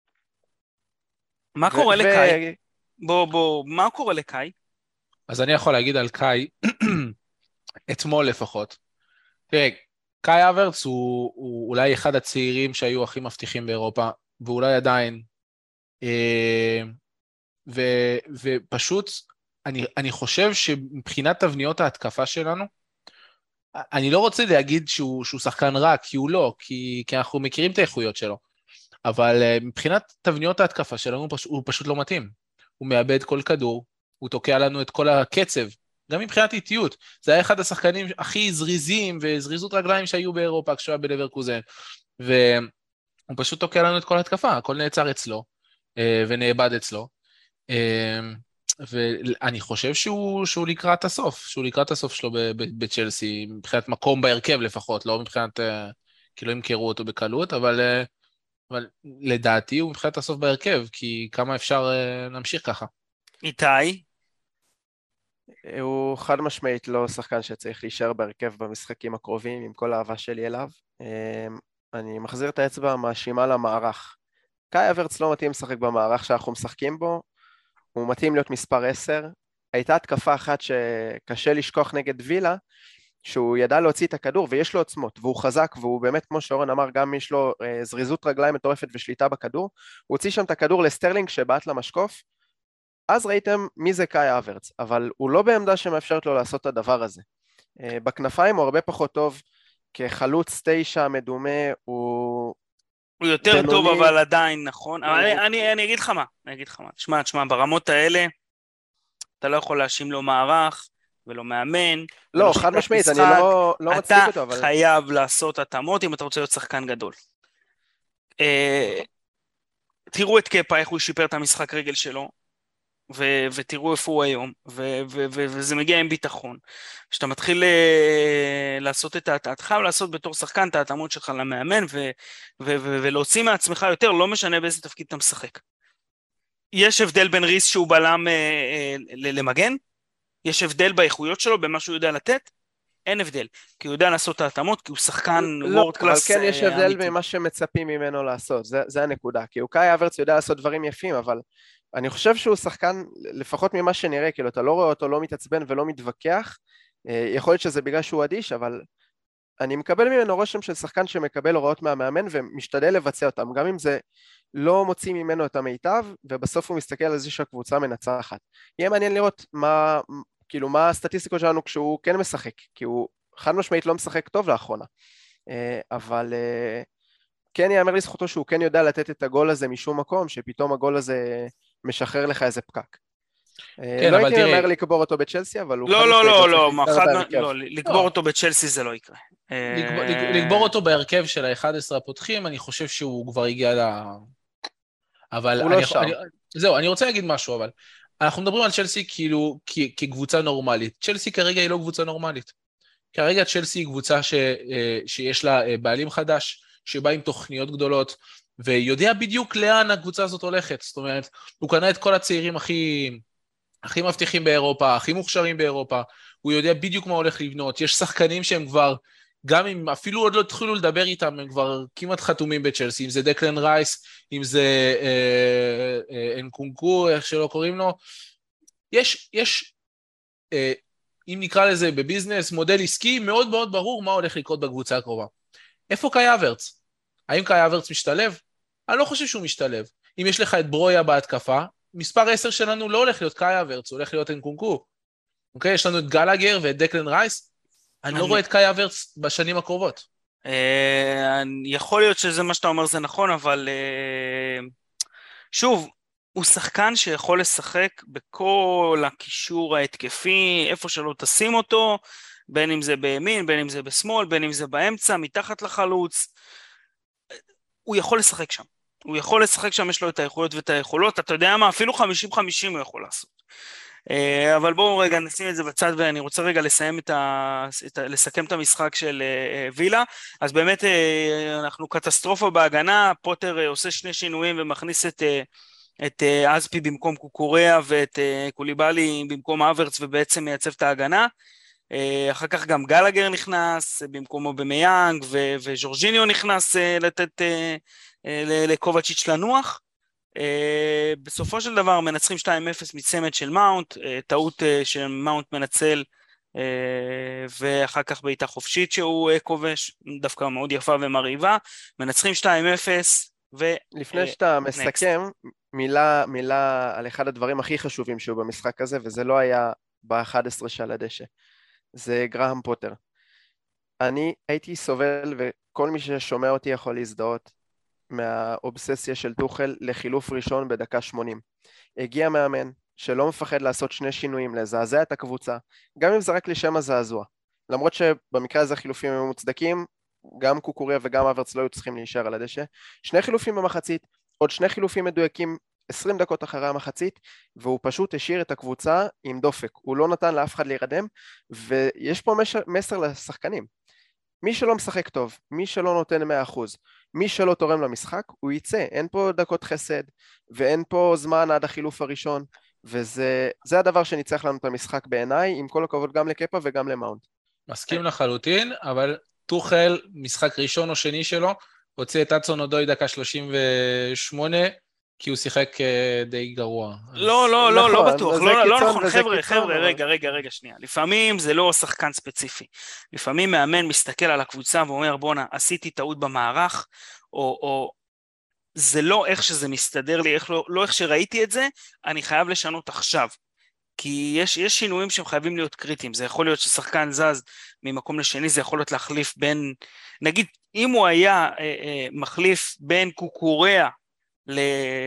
מה ו- קורה לקאי? ו- בוא, בוא, מה קורה לקאי? אז אני יכול להגיד על קאי, אתמול לפחות. תראה, קאי אברץ הוא, הוא אולי אחד הצעירים שהיו הכי מבטיחים באירופה, ואולי עדיין. אה, ו, ופשוט, אני, אני חושב שמבחינת תבניות ההתקפה שלנו, אני לא רוצה להגיד שהוא, שהוא שחקן רע, כי הוא לא, כי, כי אנחנו מכירים את האיכויות שלו, אבל אה, מבחינת תבניות ההתקפה שלנו, הוא פשוט, הוא פשוט לא מתאים. הוא מאבד כל כדור, הוא תוקע לנו את כל הקצב, גם מבחינת איטיות. זה היה אחד השחקנים הכי זריזים וזריזות רגליים שהיו באירופה כשהוא היה בלברקוזן, והוא פשוט תוקע לנו את כל ההתקפה, הכל נעצר אצלו, אה, ונאבד אצלו. אה, ואני חושב שהוא, שהוא לקראת הסוף, שהוא לקראת הסוף שלו בצ'לסי, מבחינת מקום בהרכב לפחות, לא מבחינת, אה, כי לא ימכרו אותו בקלות, אבל... אה, אבל לדעתי הוא מבחינת הסוף בהרכב, כי כמה אפשר uh, להמשיך ככה. איתי? הוא חד משמעית לא שחקן שצריך להישאר בהרכב במשחקים הקרובים, עם כל האהבה שלי אליו. אני מחזיר את האצבע המאשימה למערך. קאי אברץ לא מתאים לשחק במערך שאנחנו משחקים בו, הוא מתאים להיות מספר עשר. הייתה התקפה אחת שקשה לשכוח נגד וילה, שהוא ידע להוציא את הכדור ויש לו עוצמות, והוא חזק, והוא באמת, כמו שאורן אמר, גם יש לו אה, זריזות רגליים מטורפת ושליטה בכדור. הוא הוציא שם את הכדור לסטרלינג שבעט למשקוף, אז ראיתם מי זה קאי אברץ, אבל הוא לא בעמדה שמאפשרת לו לעשות את הדבר הזה. אה, בכנפיים הוא הרבה פחות טוב, כחלוץ תשע מדומה, הוא... הוא יותר בינוני, טוב, אבל עדיין נכון. הוא... אבל אני, אני, אני אגיד לך מה, אני אגיד לך מה. תשמע, תשמע, ברמות האלה, אתה לא יכול להאשים לו מערך, ולא מאמן. לא, חד משמעית, אני לא, לא מצדיק אותו, אבל... אתה חייב לעשות התאמות אם אתה רוצה להיות שחקן גדול. אה, תראו את קפה, איך הוא שיפר את המשחק רגל שלו, ו- ותראו איפה הוא היום, ו- ו- ו- וזה מגיע עם ביטחון. כשאתה מתחיל uh, לעשות את ההתאמות, אתה חייב לעשות בתור שחקן את ההתאמות שלך למאמן, ו- ו- ו- ולהוציא מעצמך יותר, לא משנה באיזה תפקיד אתה משחק. יש הבדל בין ריס שהוא בלם uh, uh, למגן? יש הבדל באיכויות שלו, במה שהוא יודע לתת? אין הבדל, כי הוא יודע לעשות את ההתאמות, כי הוא שחקן לא, וורד קלאס אבל כן יש הבדל אמיתי. ממה שמצפים ממנו לעשות, זה, זה הנקודה, כי הוא קאי אברץ יודע לעשות דברים יפים, אבל אני חושב שהוא שחקן, לפחות ממה שנראה, כאילו אתה לא רואה אותו לא מתעצבן ולא מתווכח, יכול להיות שזה בגלל שהוא אדיש, אבל אני מקבל ממנו רושם של שחקן שמקבל הוראות מהמאמן ומשתדל לבצע אותם, גם אם זה לא מוציא ממנו את המיטב, ובסוף הוא מסתכל על זה שהקבוצה מנצחת. יהיה מעניין לראות מה, כאילו מה הסטטיסטיקות שלנו כשהוא כן משחק, כי הוא חד משמעית לא משחק טוב לאחרונה, אבל כן יאמר לזכותו שהוא כן יודע לתת את הגול הזה משום מקום, שפתאום הגול הזה משחרר לך איזה פקק. כן, לא אבל הייתי תראי... אומר לקבור אותו בצ'לסי, אבל הוא... לא, לא, לא, לא, לא, לא, לקבור אותו בצ'לסי זה לא יקרה. לקבור אותו בהרכב של ה-אחד עשר הפותחים, אני חושב שהוא כבר הגיע ל... אבל הוא לא שם. זהו, אני רוצה להגיד משהו, אבל אנחנו מדברים על צ'לסי כאילו כקבוצה נורמלית. צ'לסי כרגע היא לא קבוצה נורמלית. כרגע צ'לסי היא קבוצה ש... שיש לה בעלים חדש, שבא עם תוכניות גדולות, ויודע בדיוק לאן הקבוצה הזאת הולכת. זאת אומרת, הוא קנה את כל הצעירים הכי, הכי מבטיחים באירופה, הכי מוכשרים באירופה, הוא יודע בדיוק מה הולך לבנות. יש שחקנים שהם כבר, גם אם אפילו עוד לא התחילו לדבר איתם, הם כבר כמעט חתומים בצ'לסי, אם זה דקלן רייס, אם זה אה, אה, אנקונקו, איך שלא קוראים לו. יש, יש אה, אם נקרא לזה בביזנס, מודל עסקי, מאוד מאוד ברור מה הולך לקרות בקבוצה הקרובה. איפה קאי אברץ? האם קאי אברץ משתלב? אני לא חושב שהוא משתלב. אם יש לך את ברויה בהתקפה, מספר עשר שלנו לא הולך להיות קאי אברץ, הוא הולך להיות אנקונקו. אוקיי? יש לנו את גלגר ואת דקלן רייס, אני, אני לא רואה את קאי אברץ בשנים הקרובות. אה, יכול להיות שזה מה שאתה אומר זה נכון, אבל אה, שוב, הוא שחקן שיכול לשחק בכל הקישור ההתקפי, איפה שלא תשים אותו, בין אם זה בימין, בין אם זה בשמאל, בין אם זה באמצע, מתחת לחלוץ. הוא יכול לשחק שם. הוא יכול לשחק שם, יש לו את היכולות ואת היכולות, אתה יודע מה, אפילו חמישים חמישים הוא יכול לעשות. אבל בואו רגע נשים את זה בצד, ואני רוצה רגע לסיים את ה... לסכם את המשחק של וילה. אז באמת אנחנו קטסטרופה בהגנה, פוטר עושה שני שינויים ומכניס את, את אזפי במקום קוקוריה ואת קוליבאלי במקום אברץ, ובעצם מייצב את ההגנה. אחר כך גם גלגר נכנס במקומו במיינג, ו... וז'ורג'יניו נכנס לתת לקובצ'יץ' לנוח. Uh, בסופו של דבר מנצחים שתיים אפס מצמד של מאונט, uh, טעות uh, שמאונט מנצל, uh, ואחר כך בעיטה חופשית שהוא uh, כובש, דווקא מאוד יפה ומרהיבה, מנצחים שתיים אפס. ו... לפני uh, שאתה next. מסכם, מילה, מילה על אחד הדברים הכי חשובים שהוא במשחק הזה, וזה לא היה ב-אחד עשר שעל הדשא, זה גרהם פוטר. אני הייתי סובל, וכל מי ששומע אותי יכול להזדהות, מהאובססיה של טוחל לחילוף ראשון בדקה שמונים. הגיע מאמן שלא מפחד לעשות שני שינויים, לזעזע את הקבוצה, גם אם זה רק לשם הזעזוע. למרות שבמקרה הזה חילופים הם מוצדקים, גם קוקוריה וגם אברץ לא היו צריכים להישאר על הדשא. שני חילופים במחצית, עוד שני חילופים מדויקים עשרים דקות אחרי המחצית, והוא פשוט השאיר את הקבוצה עם דופק. הוא לא נתן לאף אחד להירדם, ויש פה מסר לשחקנים. מי שלא משחק טוב, מי שלא נותן מאה אחוז, מי שלא תורם למשחק, הוא יצא. אין פה דקות חסד, ואין פה זמן עד החילוף הראשון, וזה זה הדבר שניצח לנו את המשחק בעיניי, עם כל הכבוד גם לקפה וגם למאונט. מסכים לחלוטין, אבל טוחל, משחק ראשון או שני שלו, הוציא את אצון אודוי דקה שלושים ושמונה, כי הוא שיחק די גרוע. לא, לא, לא, לא בטוח, לא, לא נכון, חבר'ה, חבר'ה, רגע, רגע, רגע, שנייה. לפעמים זה לא שחקן ספציפי. לפעמים מאמן מסתכל על הקבוצה ואומר, בונה, עשיתי טעות במערך, או, או זה לא איך שזה מסתדר לי, איך לא, לא איך שראיתי את זה, אני חייב לשנות עכשיו. כי יש, יש שינויים שהם חייבים להיות קריטיים. זה יכול להיות ששחקן זז ממקום לשני, זה יכול להיות להחליף בין, נגיד, אם הוא היה אה, אה, מחליף בין קוקוריה, ל...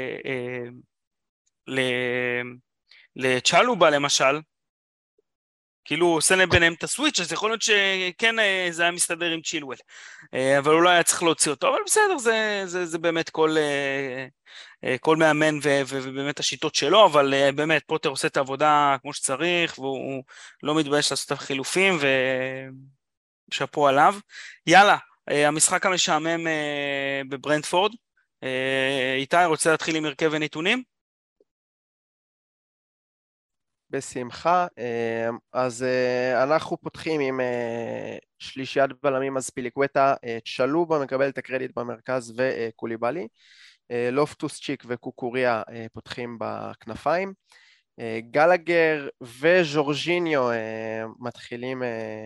ל... לצ'לובה למשל, כאילו הוא עושה ביניהם את הסוויץ', אז יכול להיות שכן זה היה מסתדר עם צ'ילואל, אבל הוא לא היה צריך להוציא אותו, אבל בסדר, זה, זה, זה באמת כל, כל מאמן ו, ו, ובאמת השיטות שלו, אבל באמת פוטר עושה את העבודה כמו שצריך, והוא לא מתבייש לעשות את החילופים, ושפו עליו. יאללה, המשחק המשעמם בברנטפורד, איתי, רוצה להתחיל עם הרכב ונתונים? בשמחה. אז אנחנו פותחים עם שלישיית בלמים, אז פיליקווטה, צ'לובה מקבל את הקרדיט במרכז וקוליבאלי, לופטוס צ'יק וקוקוריה פותחים בכנפיים, גלגר וז'ורג'יניו מתחילים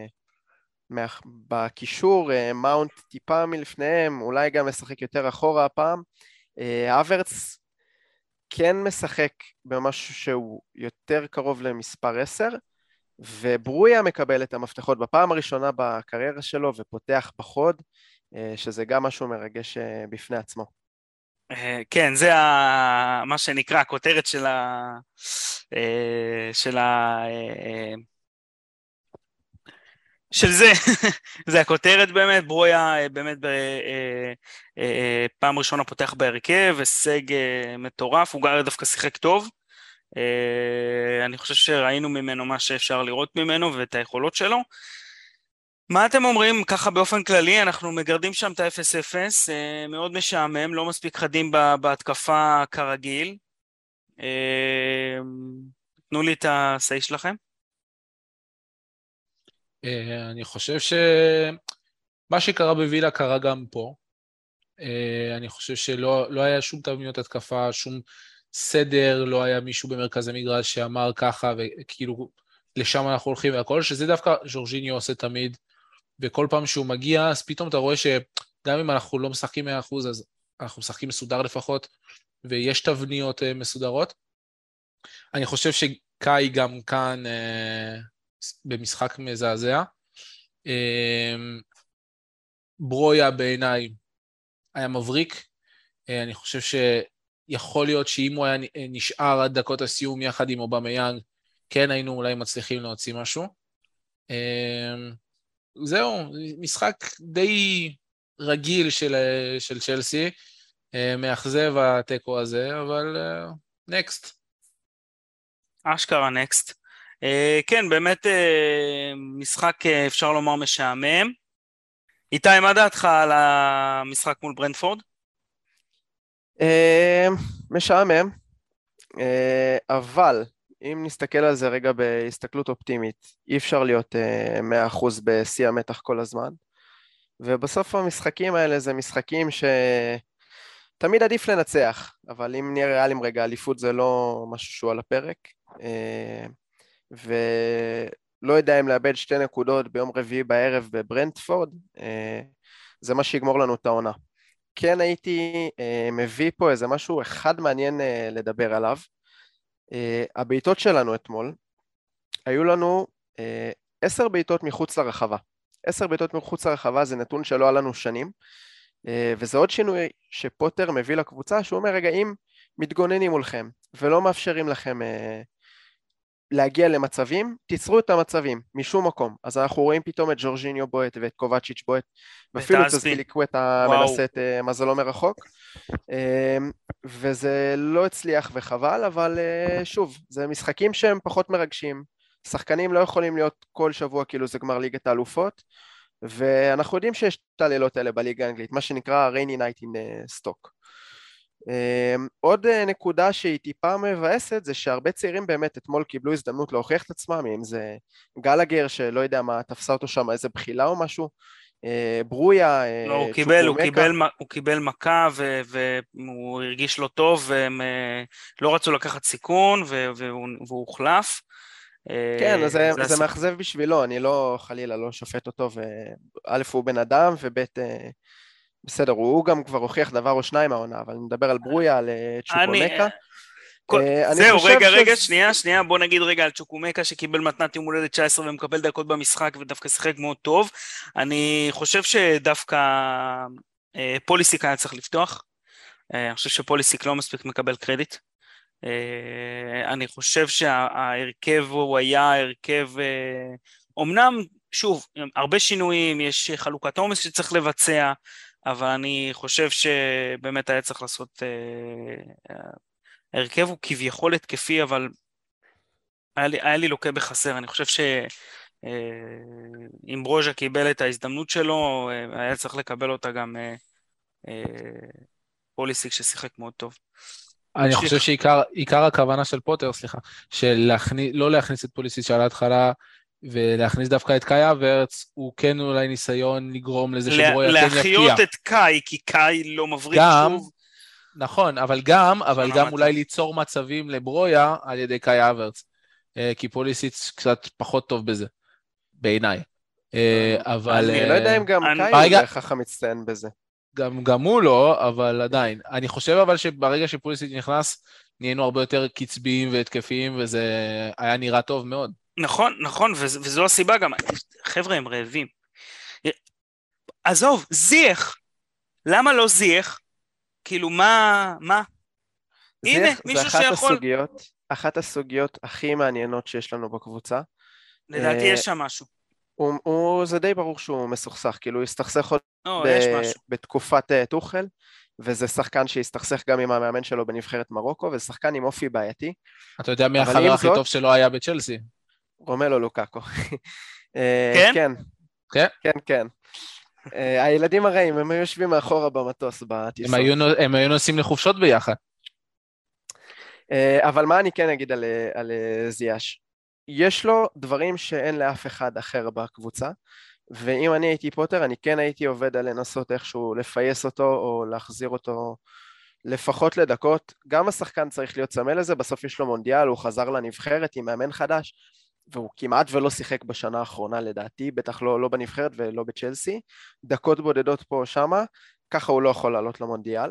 בקישור, מאונט טיפה מלפניהם, אולי גם משחק יותר אחורה הפעם. אברץ כן משחק במשהו שהוא יותר קרוב למספר עשר, וברויה מקבל את המפתחות בפעם הראשונה בקריירה שלו ופותח בחוד, שזה גם משהו מרגש בפני עצמו. כן, זה מה שנקרא הכותרת של ה... של ה... של זה, זה הכותרת באמת, ברויה באמת פעם ראשונה פותח בהרכב, הישג מטורף, הוא גם דווקא שיחק טוב, אני חושב שראינו ממנו מה שאפשר לראות ממנו ואת היכולות שלו. מה אתם אומרים ככה באופן כללי? אנחנו מגרדים שם את ה-אפס אפס, מאוד משעמם, לא מספיק חדים בהתקפה כרגיל. תנו לי את הסי שלכם. אני חושב שמה שקרה בווילה קרה גם פה. אני חושב שלא לא היה שום תבניות התקפה, שום סדר, לא היה מישהו במרכז המגרש שאמר ככה, וכאילו לשם אנחנו הולכים והכל, שזה דווקא ז'ורג'יניו עושה תמיד, וכל פעם שהוא מגיע, אז פתאום אתה רואה שגם אם אנחנו לא משחקים מאה אחוז, אז אנחנו משחקים מסודר לפחות, ויש תבניות מסודרות. אני חושב שקאי גם כאן במשחק מזעזע. ברויה בעיניי היה מבריק, אני חושב שיכול להיות שאם הוא היה נשאר עד דקות הסיום יחד עם אובמיאנג, כן היינו אולי מצליחים להוציא משהו. זהו, משחק די, רגיל של, של צ'לסי, מאכזב התיקו הזה, אבל נקסט. אשכרה נקסט. כן, באמת משחק אפשר לומר משעמם. איתי, מה דעתך על המשחק מול ברנטפורד? משעמם, אבל אם נסתכל על זה רגע בהסתכלות אופטימית, אי אפשר להיות מאה אחוז בשיא המתח כל הזמן, ובסוף המשחקים האלה זה משחקים שתמיד עדיף לנצח, אבל אם נהיה ריאליים רגע, אליפות זה לא משהו שהוא על הפרק, ולא יודע אם לאבד שתי נקודות ביום רביעי בערב בברנטפורד, זה מה שיגמור לנו את העונה. כן הייתי מביא פה איזה משהו אחד מעניין לדבר עליו, הבעיטות שלנו אתמול, היו לנו עשר בעיטות מחוץ לרחבה. עשר בעיטות מחוץ לרחבה זה נתון שלא היה לנו שנים, וזה עוד שינוי שפוטר מביא לקבוצה, שהוא אומר, רגע, אם מתגוננים מולכם, ולא מאפשרים לכם להגיע למצבים, תיצרו את המצבים, משום מקום. אז אנחנו רואים פתאום את ג'ורג'יניו בועט, ואת קובצ'יץ' בועט, ואפילו את אזפיליקווט המנסה את מזלו מרחוק, וזה לא הצליח וחבל, אבל שוב, זה משחקים שהם פחות מרגשים, שחקנים לא יכולים להיות כל שבוע כאילו זה גמר ליגת האלופות, ואנחנו יודעים שיש את הלילות האלה בליגה האנגלית, מה שנקרא rainy night in stock. עוד נקודה שהיא טיפה מבאסת, זה שהרבה צעירים באמת אתמול קיבלו הזדמנות להוכיח את עצמם, אם זה גלגר שלא יודע מה, תפסה אותו שם איזה בחילה או משהו, ברויה, לא, הוא קיבל, הוא קיבל, הוא קיבל מכה והוא הרגיש לא טוב, והם לא רצו לקחת סיכון והוא הוחלף. כן, אז זה, זה מאכזב בשבילו, אני לא חלילה לא שופט אותו, וא' הוא בן אדם, וב' בסדר, הוא גם כבר הוכיח דבר או שניים מהעונה, אבל נדבר על ברויה, על צ'וקומקה. זהו, רגע, רגע, שנייה, שנייה, בוא נגיד רגע על צ'וקומקה שקיבל מתנת יום הולדת תשע עשרה ומקבל דקות במשחק ודווקא שיחק מאוד טוב. אני חושב שדווקא פוליסיק היה צריך לפתוח, אני חושב שפוליסיק לא מספיק מקבל קרדיט. אני חושב שההרכב הוא היה הרכב, אמנם שוב, הרבה שינויים, יש חלוקת עומס שצריך לבצע, אבל אני חושב שבאמת היה צריך לעשות, הרכב הוא כביכול התקפי, אבל היה לי, היה לי לוקה בחסר. אני חושב שאם ברוז'ה קיבל את ההזדמנות שלו, היה צריך לקבל אותה גם פוליסיק ששיחק מאוד טוב. אני חושב שעיקר הכוונה של פוטר, סליחה, של לא להכניס את פוליסיק שעל ההתחלה, ולהכניס דווקא את קאי אברץ, הוא כן אולי ניסיון לגרום לזה שברויה כן יפקיע. להחיות את קאי, כי קאי לא מבריק שוב. נכון, אבל גם, אבל גם אולי ליצור מצבים לברויה על ידי קאי אברץ, כי פוליסיץ קצת פחות טוב בזה, בעיניי. אבל... אני לא יודע אם גם קאי הוא בהכרח המצטיין בזה. גם, גם הוא לא, אבל עדיין. אני חושב אבל שברגע שפוליסיץ' נכנס, נהיינו הרבה יותר קצביים והתקפיים, וזה היה נראה טוב מאוד. נכון, נכון, וז, וזו הסיבה גם. חבר'ה, הם רעבים. עזוב, זיח. למה לא זיח? כאילו, מה, מה? הנה, מישהו שיכול... הסוגיות, אחת הסוגיות הכי מעניינות שיש לנו בקבוצה. לדעתי יש שם משהו. הוא, הוא, זה די ברור שהוא מסוכסך, כאילו הוא הסתכסך עוד ב, בתקופת תוכל, וזה שחקן שהסתכסך גם עם המאמן שלו בנבחרת מרוקו, וזה שחקן עם אופי בעייתי. אתה יודע מי החבר הכי זאת, טוב שלו היה בצ'לסי? רומלו לוקאקו. כן? כן, כן, כן, כן. הילדים הרעים, הם יושבים מאחורה במטוס בטיסות. הם היו, הם היו נוסעים לחופשות ביחד. אבל מה אני כן אגיד על, על זיאש? יש לו דברים שאין לאף אחד אחר בקבוצה, ואם אני הייתי פוטר, אני כן הייתי עובד על לנסות איכשהו לפייס אותו, או להחזיר אותו לפחות לדקות. גם השחקן צריך להיות צמא לזה, בסוף יש לו מונדיאל, הוא חזר לנבחרת עם מאמן חדש, והוא כמעט ולא שיחק בשנה האחרונה לדעתי, בטח לא, לא בנבחרת ולא בצ'לסי, דקות בודדות פה או שמה, ככה הוא לא יכול לעלות למונדיאל.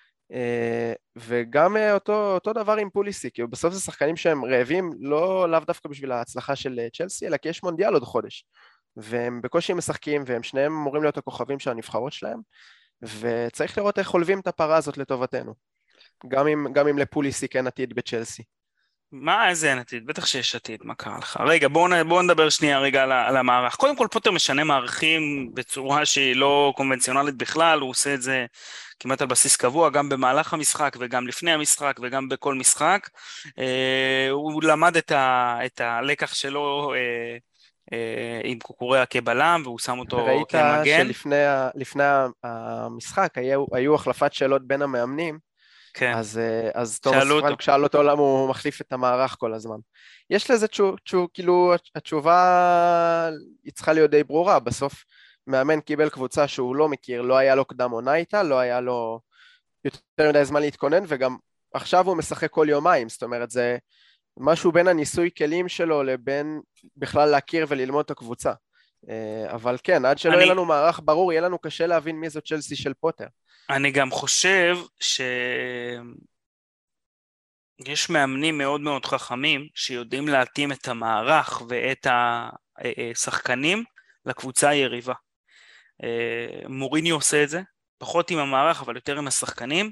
וגם אותו, אותו דבר עם פוליסיק, כי בסוף זה שחקנים שהם רעבים, לא לאו דווקא בשביל ההצלחה של צ'לסי, אלא כי יש מונדיאל עוד חודש, והם בקושי משחקים, והם שניהם אמורים להיות הכוכבים של הנבחרות שלהם, וצריך לראות איך חולבים את הפרה הזאת לטובתנו, גם אם, גם אם לפוליסיק אין עתיד בצ'לסי. מה, איזה אין עתיד? בטח שיש עתיד, מה קרה לך? רגע, בואו בוא נדבר שנייה רגע על, על המערך. קודם כל, פוטר משנה מערכים בצורה שהיא לא קונבנציונלית בכלל, הוא עושה את זה כמעט על בסיס קבוע, גם במהלך המשחק וגם לפני המשחק וגם בכל משחק. אה, הוא למד את, ה, את הלקח שלו אה, אה, עם קוקוריה כבלם, והוא שם אותו כמגן. ראית שלפני ה, לפני המשחק היו, היו החלפת שאלות בין המאמנים, כן. אז, אז תומאס פרנק שאל אותו למה הוא מחליף את המערך כל הזמן. יש לזה תשוב, תשוב, כאילו התשובה היא צריכה להיות די ברורה, בסוף מאמן קיבל קבוצה שהוא לא מכיר, לא היה לו קדם עונה איתה, לא היה לו יותר מדי זמן להתכונן, וגם עכשיו הוא משחק כל יומיים, זאת אומרת זה משהו בין הניסוי כלים שלו לבין בכלל להכיר וללמוד את הקבוצה. אבל כן, עד שלא אני... יהיה לנו מערך ברור, יהיה לנו קשה להבין מי זו צ'לסי של פוטר. אני גם חושב שיש מאמנים מאוד מאוד חכמים שיודעים להתאים את המערך ואת השחקנים לקבוצה היריבה. מוריניו עושה את זה, פחות עם המערך אבל יותר עם השחקנים,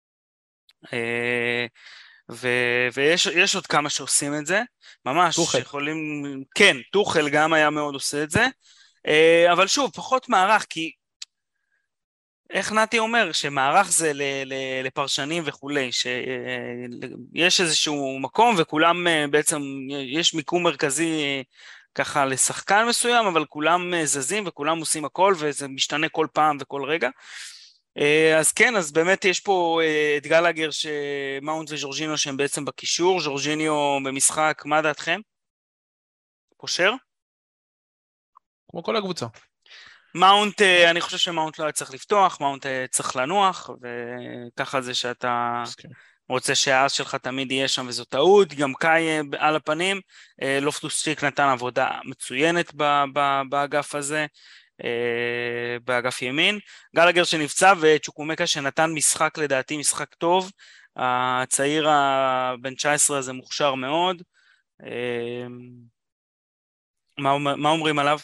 ו- ויש יש עוד כמה שעושים את זה, ממש טוחל. יכולים, כן, טוחל גם היה מאוד עושה את זה, אבל שוב, פחות מערך, כי איך נתי אומר, שמערך זה ל- ל- לפרשנים וכולי, שיש איזשהו מקום וכולם בעצם, יש מיקום מרכזי ככה לשחקן מסוים, אבל כולם זזים וכולם עושים הכל, וזה משתנה כל פעם וכל רגע. אז כן, אז באמת יש פה את גלגר, שמאונט וג'ורג'יניו שהם בעצם בקישור, ג'ורג'יניו במשחק, מה דעתכם? פושר? כמו כל הקבוצה. מאונט, אני חושב שמאונט לא היה צריך לפתוח, מאונט צריך לנוח, וככה זה שאתה רוצה שהאס שלך תמיד יהיה שם, וזו טעות, גם קאי על הפנים, לופטוס צ'יק נתן עבודה מצוינת באגף הזה, באגף ימין, גלגר שנפצע וצ'וקומקה שנתן משחק לדעתי משחק טוב, הצעיר הבן תשע עשרה הזה מוכשר מאוד. מה, מה אומרים עליו?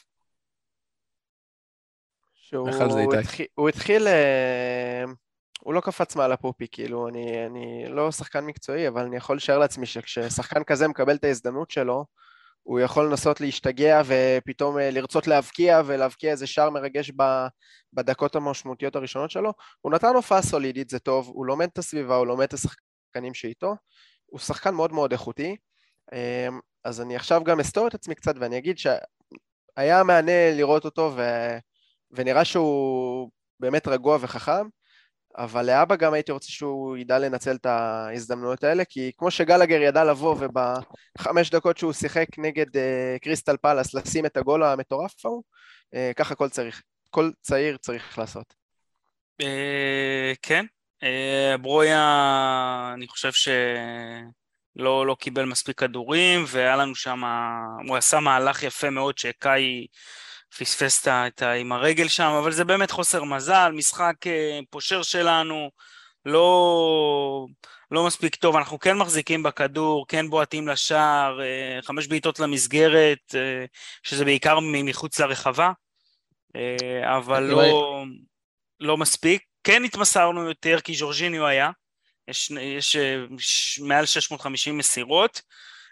שהוא התחיל, הוא התחיל, הוא לא קפץ מעל הפופי, כאילו אני, אני לא שחקן מקצועי, אבל אני יכול לשער לעצמי שכששחקן כזה מקבל את ההזדמנות שלו, הוא יכול לנסות להשתגע ופתאום לרצות להבקיע ולהבקיע איזה שער מרגש בדקות המשמעותיות הראשונות שלו. הוא נתן הופעה סולידית, זה טוב, הוא לומד את הסביבה, הוא לומד את השחקנים שאיתו, הוא שחקן מאוד מאוד איכותי, אז אני עכשיו גם אסתור את עצמי קצת ואני אגיד שהיה מענה לראות אותו ו... ונראה שהוא באמת רגוע וחכם, אבל לאבא גם הייתי רוצה שהוא ידע לנצל את ההזדמנויות האלה, כי כמו שגלגר ידע לבוא ובחמש דקות שהוא שיחק נגד uh, קריסטל פלאס לשים את הגול המטורף ההוא, uh, ככה כל, צריך, כל צעיר צריך לעשות. Uh, כן, uh, ברויה אני חושב שלא לא קיבל מספיק כדורים, והיה לנו שם, הוא עשה מהלך יפה מאוד שקאי פספס את עם הרגל שם, אבל זה באמת חוסר מזל, משחק פושר שלנו, לא, לא מספיק טוב, אנחנו כן מחזיקים בכדור, כן בועטים לשער, חמש בעיטות למסגרת, שזה בעיקר מחוץ לרחבה, אבל לא, לא מספיק, כן התמסרנו יותר כי ז'ורג'יניו היה, יש, יש מעל שש מאות וחמישים מסירות,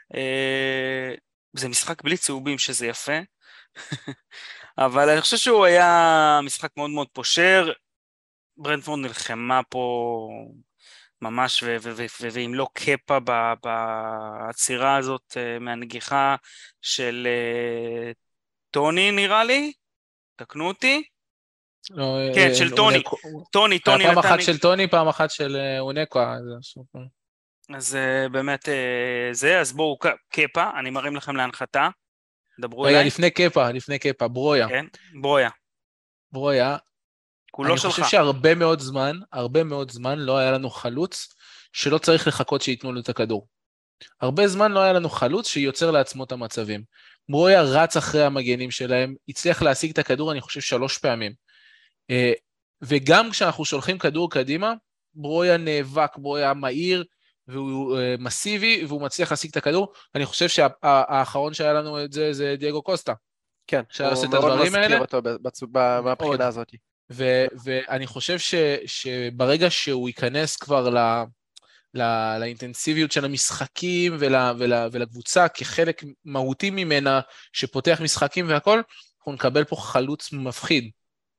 זה משחק בלי צהובים שזה יפה, אבל אני חושב שהוא היה משחק מאוד מאוד פושר, ברנטפורד נלחמה פה ממש, ואם לא קפה בעצירה הזאת מהנגיחה של טוני נראה לי, תקנו אותי, כן של טוני, טוני, טוני, פעם אחת של טוני, פעם אחת של אונקו, אז באמת זה, אז בואו קפה, אני מרים לכם להנחתה, דברו רגע, אליי. לפני קפה, לפני קפה, ברויה. כן, ברויה. ברויה. כולו שלך. אני חושב שהרבה מאוד זמן, הרבה מאוד זמן לא היה לנו חלוץ שלא צריך לחכות שיתנו לו את הכדור. הרבה זמן לא היה לנו חלוץ שיוצר לעצמו את המצבים. ברויה רץ אחרי המגנים שלהם, הצליח להשיג את הכדור, אני חושב, שלוש פעמים. וגם כשאנחנו שולחים כדור קדימה, ברויה נאבק, ברויה מהיר, והוא uh, מסיבי, והוא מצליח להשיג את הכדור. אני חושב שהאחרון שהיה לנו את זה, זה דייגו קוסטה. כן, הוא מאוד מזכיר אותו בבחינה הזאת. ו- ואני חושב ש- שברגע שהוא ייכנס כבר ל- לא, לאינטנסיביות של המשחקים ול, ול, ולקבוצה כחלק מהותי ממנה שפותח משחקים והכל, אנחנו נקבל פה חלוץ מפחיד.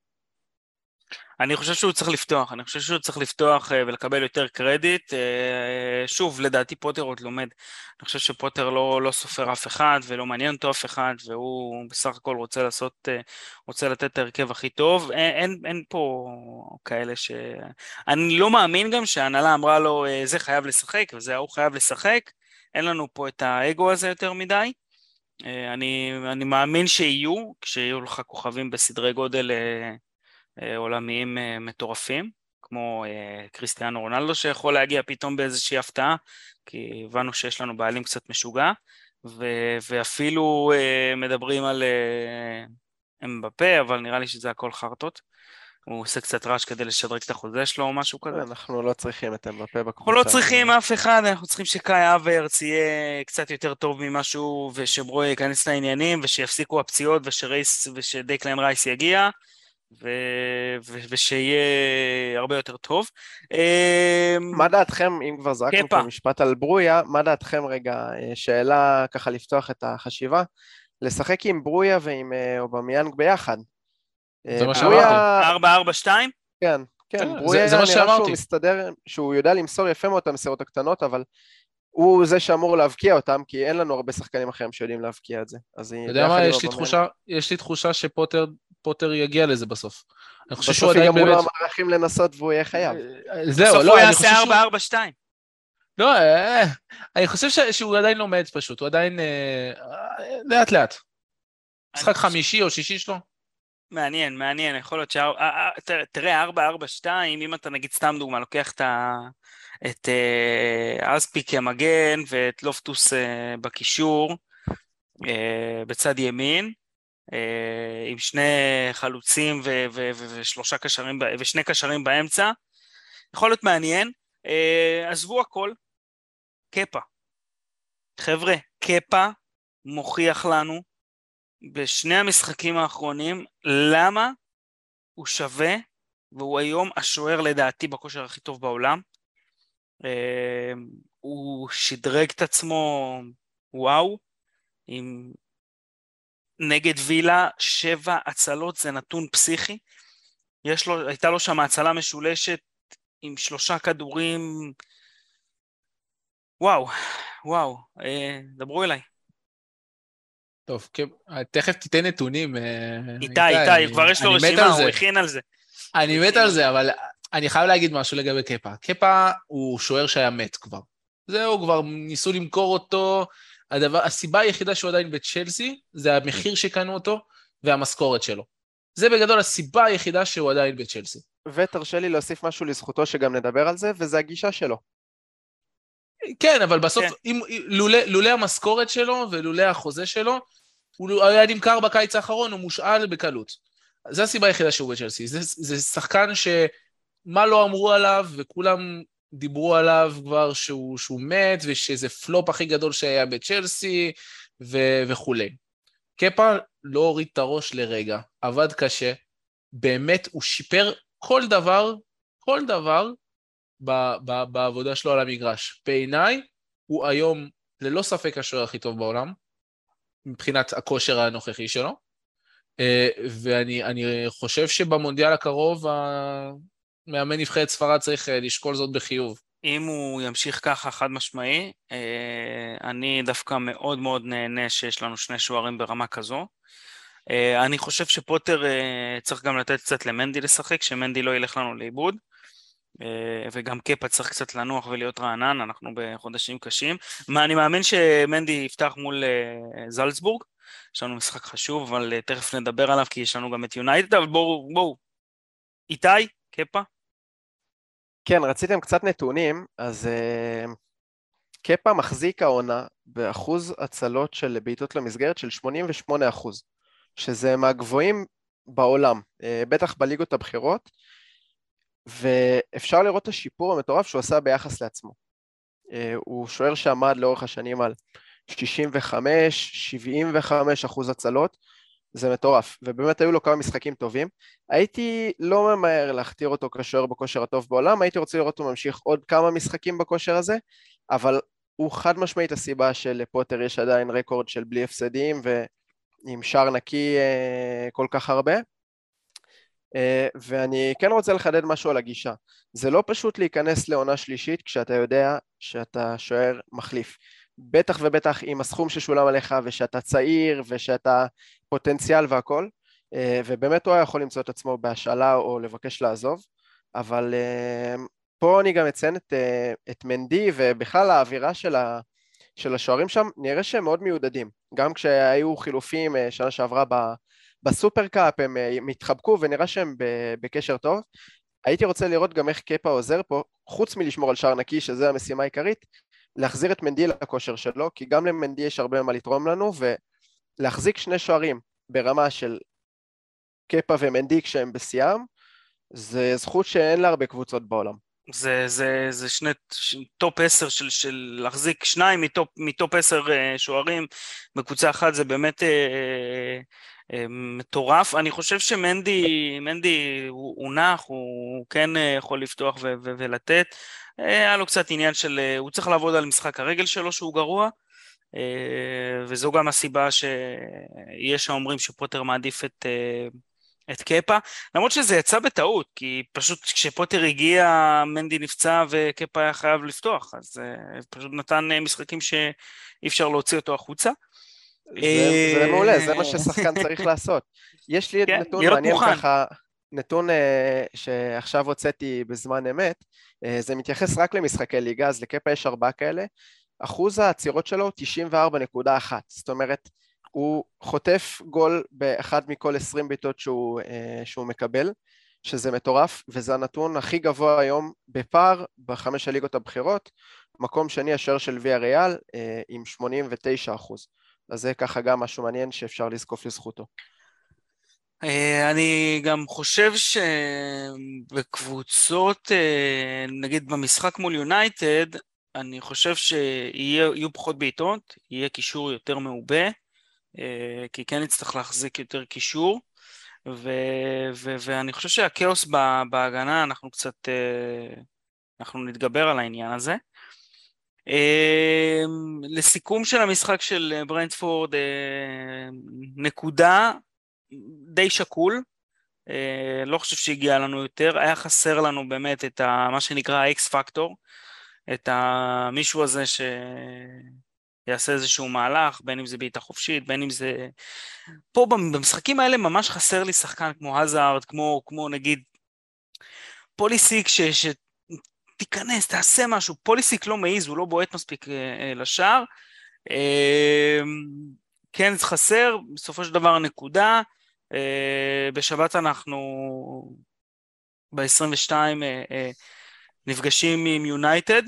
אני חושב שהוא צריך לפתוח, אני חושב שהוא צריך לפתוח ולקבל יותר קרדיט. שוב, לדעתי פוטר עוד לומד. אני חושב שפוטר לא, לא סופר אף אחד ולא מעניין אותו אף אחד, והוא בסך הכל רוצה לעשות, רוצה לתת את הרכב הכי טוב. אין, אין, אין פה כאלה ש... אני לא מאמין גם שההנהלה אמרה לו, זה חייב לשחק, וזה הוא חייב לשחק. אין לנו פה את האגו הזה יותר מדי. אני, אני מאמין שיהיו, כשיהיו לך כוכבים בסדרי גודל עולמיים מטורפים, כמו קריסטיאנו רונלדו שיכול להגיע פתאום באיזושהי הפתעה, כי הבנו שיש לנו בעלים קצת משוגע, ו- ואפילו מדברים על אמבפה, אבל נראה לי שזה הכל חרטות. הוא עושה קצת רעש כדי לשדרג את החוזה שלו או משהו כזה. אנחנו לא צריכים את אמבפה בקבוצה. אנחנו לא צריכים אף אחד, אנחנו צריכים שקאי אברץ יהיה קצת יותר טוב ממשהו, ושברוי ייכנס לעניינים, ושיפסיקו הפציעות, ושרייס, ושדייקלן רייס יגיע, ו- ו- ושיהיה הרבה יותר טוב. מה דעתכם, אם כבר זרקנו פה משפט על ברויה, מה דעתכם רגע, שאלה ככה לפתוח את החשיבה, לשחק עם ברויה ועם אובמיאנג ביחד? זה מה שאמרתי. ארבע ארבע שתיים? כן, כן, ברויה נראה שהוא מסתדר, שהוא יודע למסור יפה מאוד את המסירות הקטנות, אבל הוא זה שאמור להבקיע אותם, כי אין לנו הרבה שחקנים אחרים שיודעים להבקיע את זה. אתה יודע מה, יש לי תחושה, יש לי תחושה שפוטר פוטר יגיע לזה בסוף. בסוף יגמרו לו המערכים לנסות והוא יהיה חייב. בסוף הוא יעשה ארבע ארבע שתיים. לא, אני חושב שהוא עדיין לומד פשוט, הוא עדיין לאט לאט. משחק חמישי או שישי שלו? מעניין, מעניין, יכול להיות ש... תראה, ארבע ארבע שתיים, אם אתה נגיד סתם דוגמה, לוקח את אספי כמגן ואת לופטוס בקישור, בצד ימין, עם שני חלוצים ושלושה קשרים, ושני קשרים באמצע, יכול להיות מעניין. עזבו הכל, קפה. חבר'ה, קפה מוכיח לנו בשני המשחקים האחרונים למה הוא שווה, והוא היום השוער לדעתי בכושר הכי טוב בעולם. הוא שדרג את עצמו, וואו, עם נגד וילה שבע הצלות, זה נתון פסיכי. יש לו, הייתה לו שם הצלה משולשת עם שלושה כדורים. וואו, וואו, דברו אליי. טוב, תכף תיתן נתונים. איתי, איתי, כבר יש לו רשימה, הוא הכין על זה. אני מת על זה, אבל אני חייב להגיד משהו לגבי קפה. קפה הוא שוער שהיה מת כבר. זהו, כבר ניסו למכור אותו. הדבר, הסיבה היחידה שהוא עדיין בצ'לסי, זה המחיר שקנו אותו והמשכורת שלו. זה בגדול הסיבה היחידה שהוא עדיין בצ'לסי. ותרשה לי להוסיף משהו לזכותו שגם נדבר על זה, וזה הגישה שלו. כן, אבל בסוף, כן. אם, לולא, לולא המשכורת שלו ולולא החוזה שלו, הוא היה נמכר בקיץ האחרון, הוא מושאל בקלות. זה הסיבה היחידה שהוא בצ'לסי. זה, זה שחקן שמה לא אמרו עליו, וכולם דיברו עליו כבר שהוא, שהוא מת, ושזה פלופ הכי גדול שהיה בצ'לסי, ו, וכו'. קפה לא הוריד את הראש לרגע, עבד קשה, באמת הוא שיפר כל דבר, כל דבר, ב- ב- בעבודה שלו על המגרש. בעיניי, הוא היום ללא ספק השוער הכי טוב בעולם, מבחינת הכושר הנוכחי שלו, ואני אני חושב שבמונדיאל הקרוב, המאמן נבחרת ספרד צריך לשקול זאת בחיוב. אם הוא ימשיך ככה חד משמעי, אני דווקא מאוד מאוד נהנה שיש לנו שני שוערים ברמה כזו. אני חושב שפוטר צריך גם לתת קצת למנדי לשחק, שמנדי לא ילך לנו לאיבוד, וגם קפה צריך קצת לנוח ולהיות רענן, אנחנו בחודשים קשים. מה, אני מאמין שמנדי יפתח מול זלצבורג, יש לנו משחק חשוב, אבל תכף נדבר עליו, כי יש לנו גם את יונייטד, אבל בואו, בואו. איתי, קפה? כן, רציתם קצת נתונים, אז uh, קפה מחזיק העונה באחוז הצלות של בעיטות למסגרת של שמונים ושמונה אחוז, שזה מהגבוהים בעולם, uh, בטח בליגות הבחירות, ואפשר לראות את השיפור המטורף שהוא עשה ביחס לעצמו. Uh, הוא שוער שעמד לאורך השנים על שישים וחמש שבעים וחמש אחוז הצלות, זה מטורף, ובאמת היו לו כמה משחקים טובים. הייתי לא ממהר להכתיר אותו כשוער בכושר הטוב בעולם, הייתי רוצה לראות אותו ממשיך עוד כמה משחקים בכושר הזה, אבל הוא חד משמעית הסיבה שלפוטר יש עדיין רקורד של בלי הפסדים, ועם שער נקי כל כך הרבה. ואני כן רוצה לחדד משהו על הגישה. זה לא פשוט להיכנס לעונה שלישית כשאתה יודע שאתה שוער מחליף. בטח ובטח עם הסכום ששולם עליך ושאתה צעיר ושאתה פוטנציאל והכל, ובאמת הוא היה יכול למצוא את עצמו בהשאלה או לבקש לעזוב, אבל פה אני גם אציין את, את מנדי ובכלל האווירה של, ה, של השוערים שם, נראה שהם מאוד מיודדים. גם כשהיו חילופים שנה שעברה ב... בסופר קאפ הם מתחבקו ונראה שהם בקשר טוב. הייתי רוצה לראות גם איך קפה עוזר פה, חוץ מלשמור על שער נקי, שזה המשימה העיקרית, להחזיר את מנדי לכושר שלו, כי גם למנדי יש הרבה מה לתרום לנו, ולהחזיק שני שוערים ברמה של קפה ומנדי כשהם בשיאם, זה זכות שאין לה הרבה קבוצות בעולם. זה, זה, זה שני טופ עשר של, של להחזיק שניים מטופ, מטופ עשר שוערים בקבוצה אחת, זה באמת אה, אה, מטורף. אני חושב שמנדי, מנדי הוא, הוא נח, הוא כן יכול לפתוח ו, ו, ולתת. היה לו קצת עניין של, הוא צריך לעבוד על משחק הרגל שלו שהוא גרוע, אה, וזו גם הסיבה שיש שאומרים שפוטר מעדיף את... אה, את קפה, למרות שזה יצא בטעות, כי פשוט כשפוטר הגיע, מנדי נפצע וקפה היה חייב לפתוח, אז uh, פשוט נתן uh, משחקים שאי אפשר להוציא אותו החוצה. זה, זה מעולה, זה מה ששחקן צריך לעשות. יש לי כן, נתון מעניין ככה, נתון uh, שעכשיו הוצאתי בזמן אמת, uh, זה מתייחס רק למשחקי ליגה, אז לקפה יש ארבעה כאלה, אחוז העצירות שלו תשעים וארבע נקודה אחת, זאת אומרת, הוא חוטף גול באחד מכל עשרים ביתות שהוא, שהוא מקבל, שזה מטורף, וזה הנתון הכי גבוה היום בפער בחמש הליגות הבחירות, מקום שני השוער של ויה ריאל עם שמונים ותשעה אחוז. אז זה ככה גם משהו מעניין שאפשר לזקוף לזכותו. אני גם חושב שבקבוצות, נגיד במשחק מול יונייטד, אני חושב שיהיו פחות בעיטות, יהיה קישור יותר מעובה, כי כן נצטרך להחזיק יותר קישור, ו- ו- ואני חושב שהכאוס בהגנה, אנחנו קצת, אנחנו נתגבר על העניין הזה. לסיכום של המשחק של ברנטפורד, נקודה די שקול, לא חושב שהגיע לנו יותר, היה חסר לנו באמת את ה- מה שנקרא האקס פקטור, את המישהו הזה ש... יעשה איזשהו מהלך, בין אם זה בעיטה חופשית, בין אם זה... פה במשחקים האלה ממש חסר לי שחקן כמו הזארד, כמו, כמו נגיד פוליסיק, ש... שתיכנס, תעשה משהו, פוליסיק לא מעיז, הוא לא בועט מספיק אה, לשער, אה, כן זה חסר, בסופו של דבר נקודה, אה, בשבת אנחנו ב-עשרים ושתיים אה, אה, נפגשים עם יונייטד,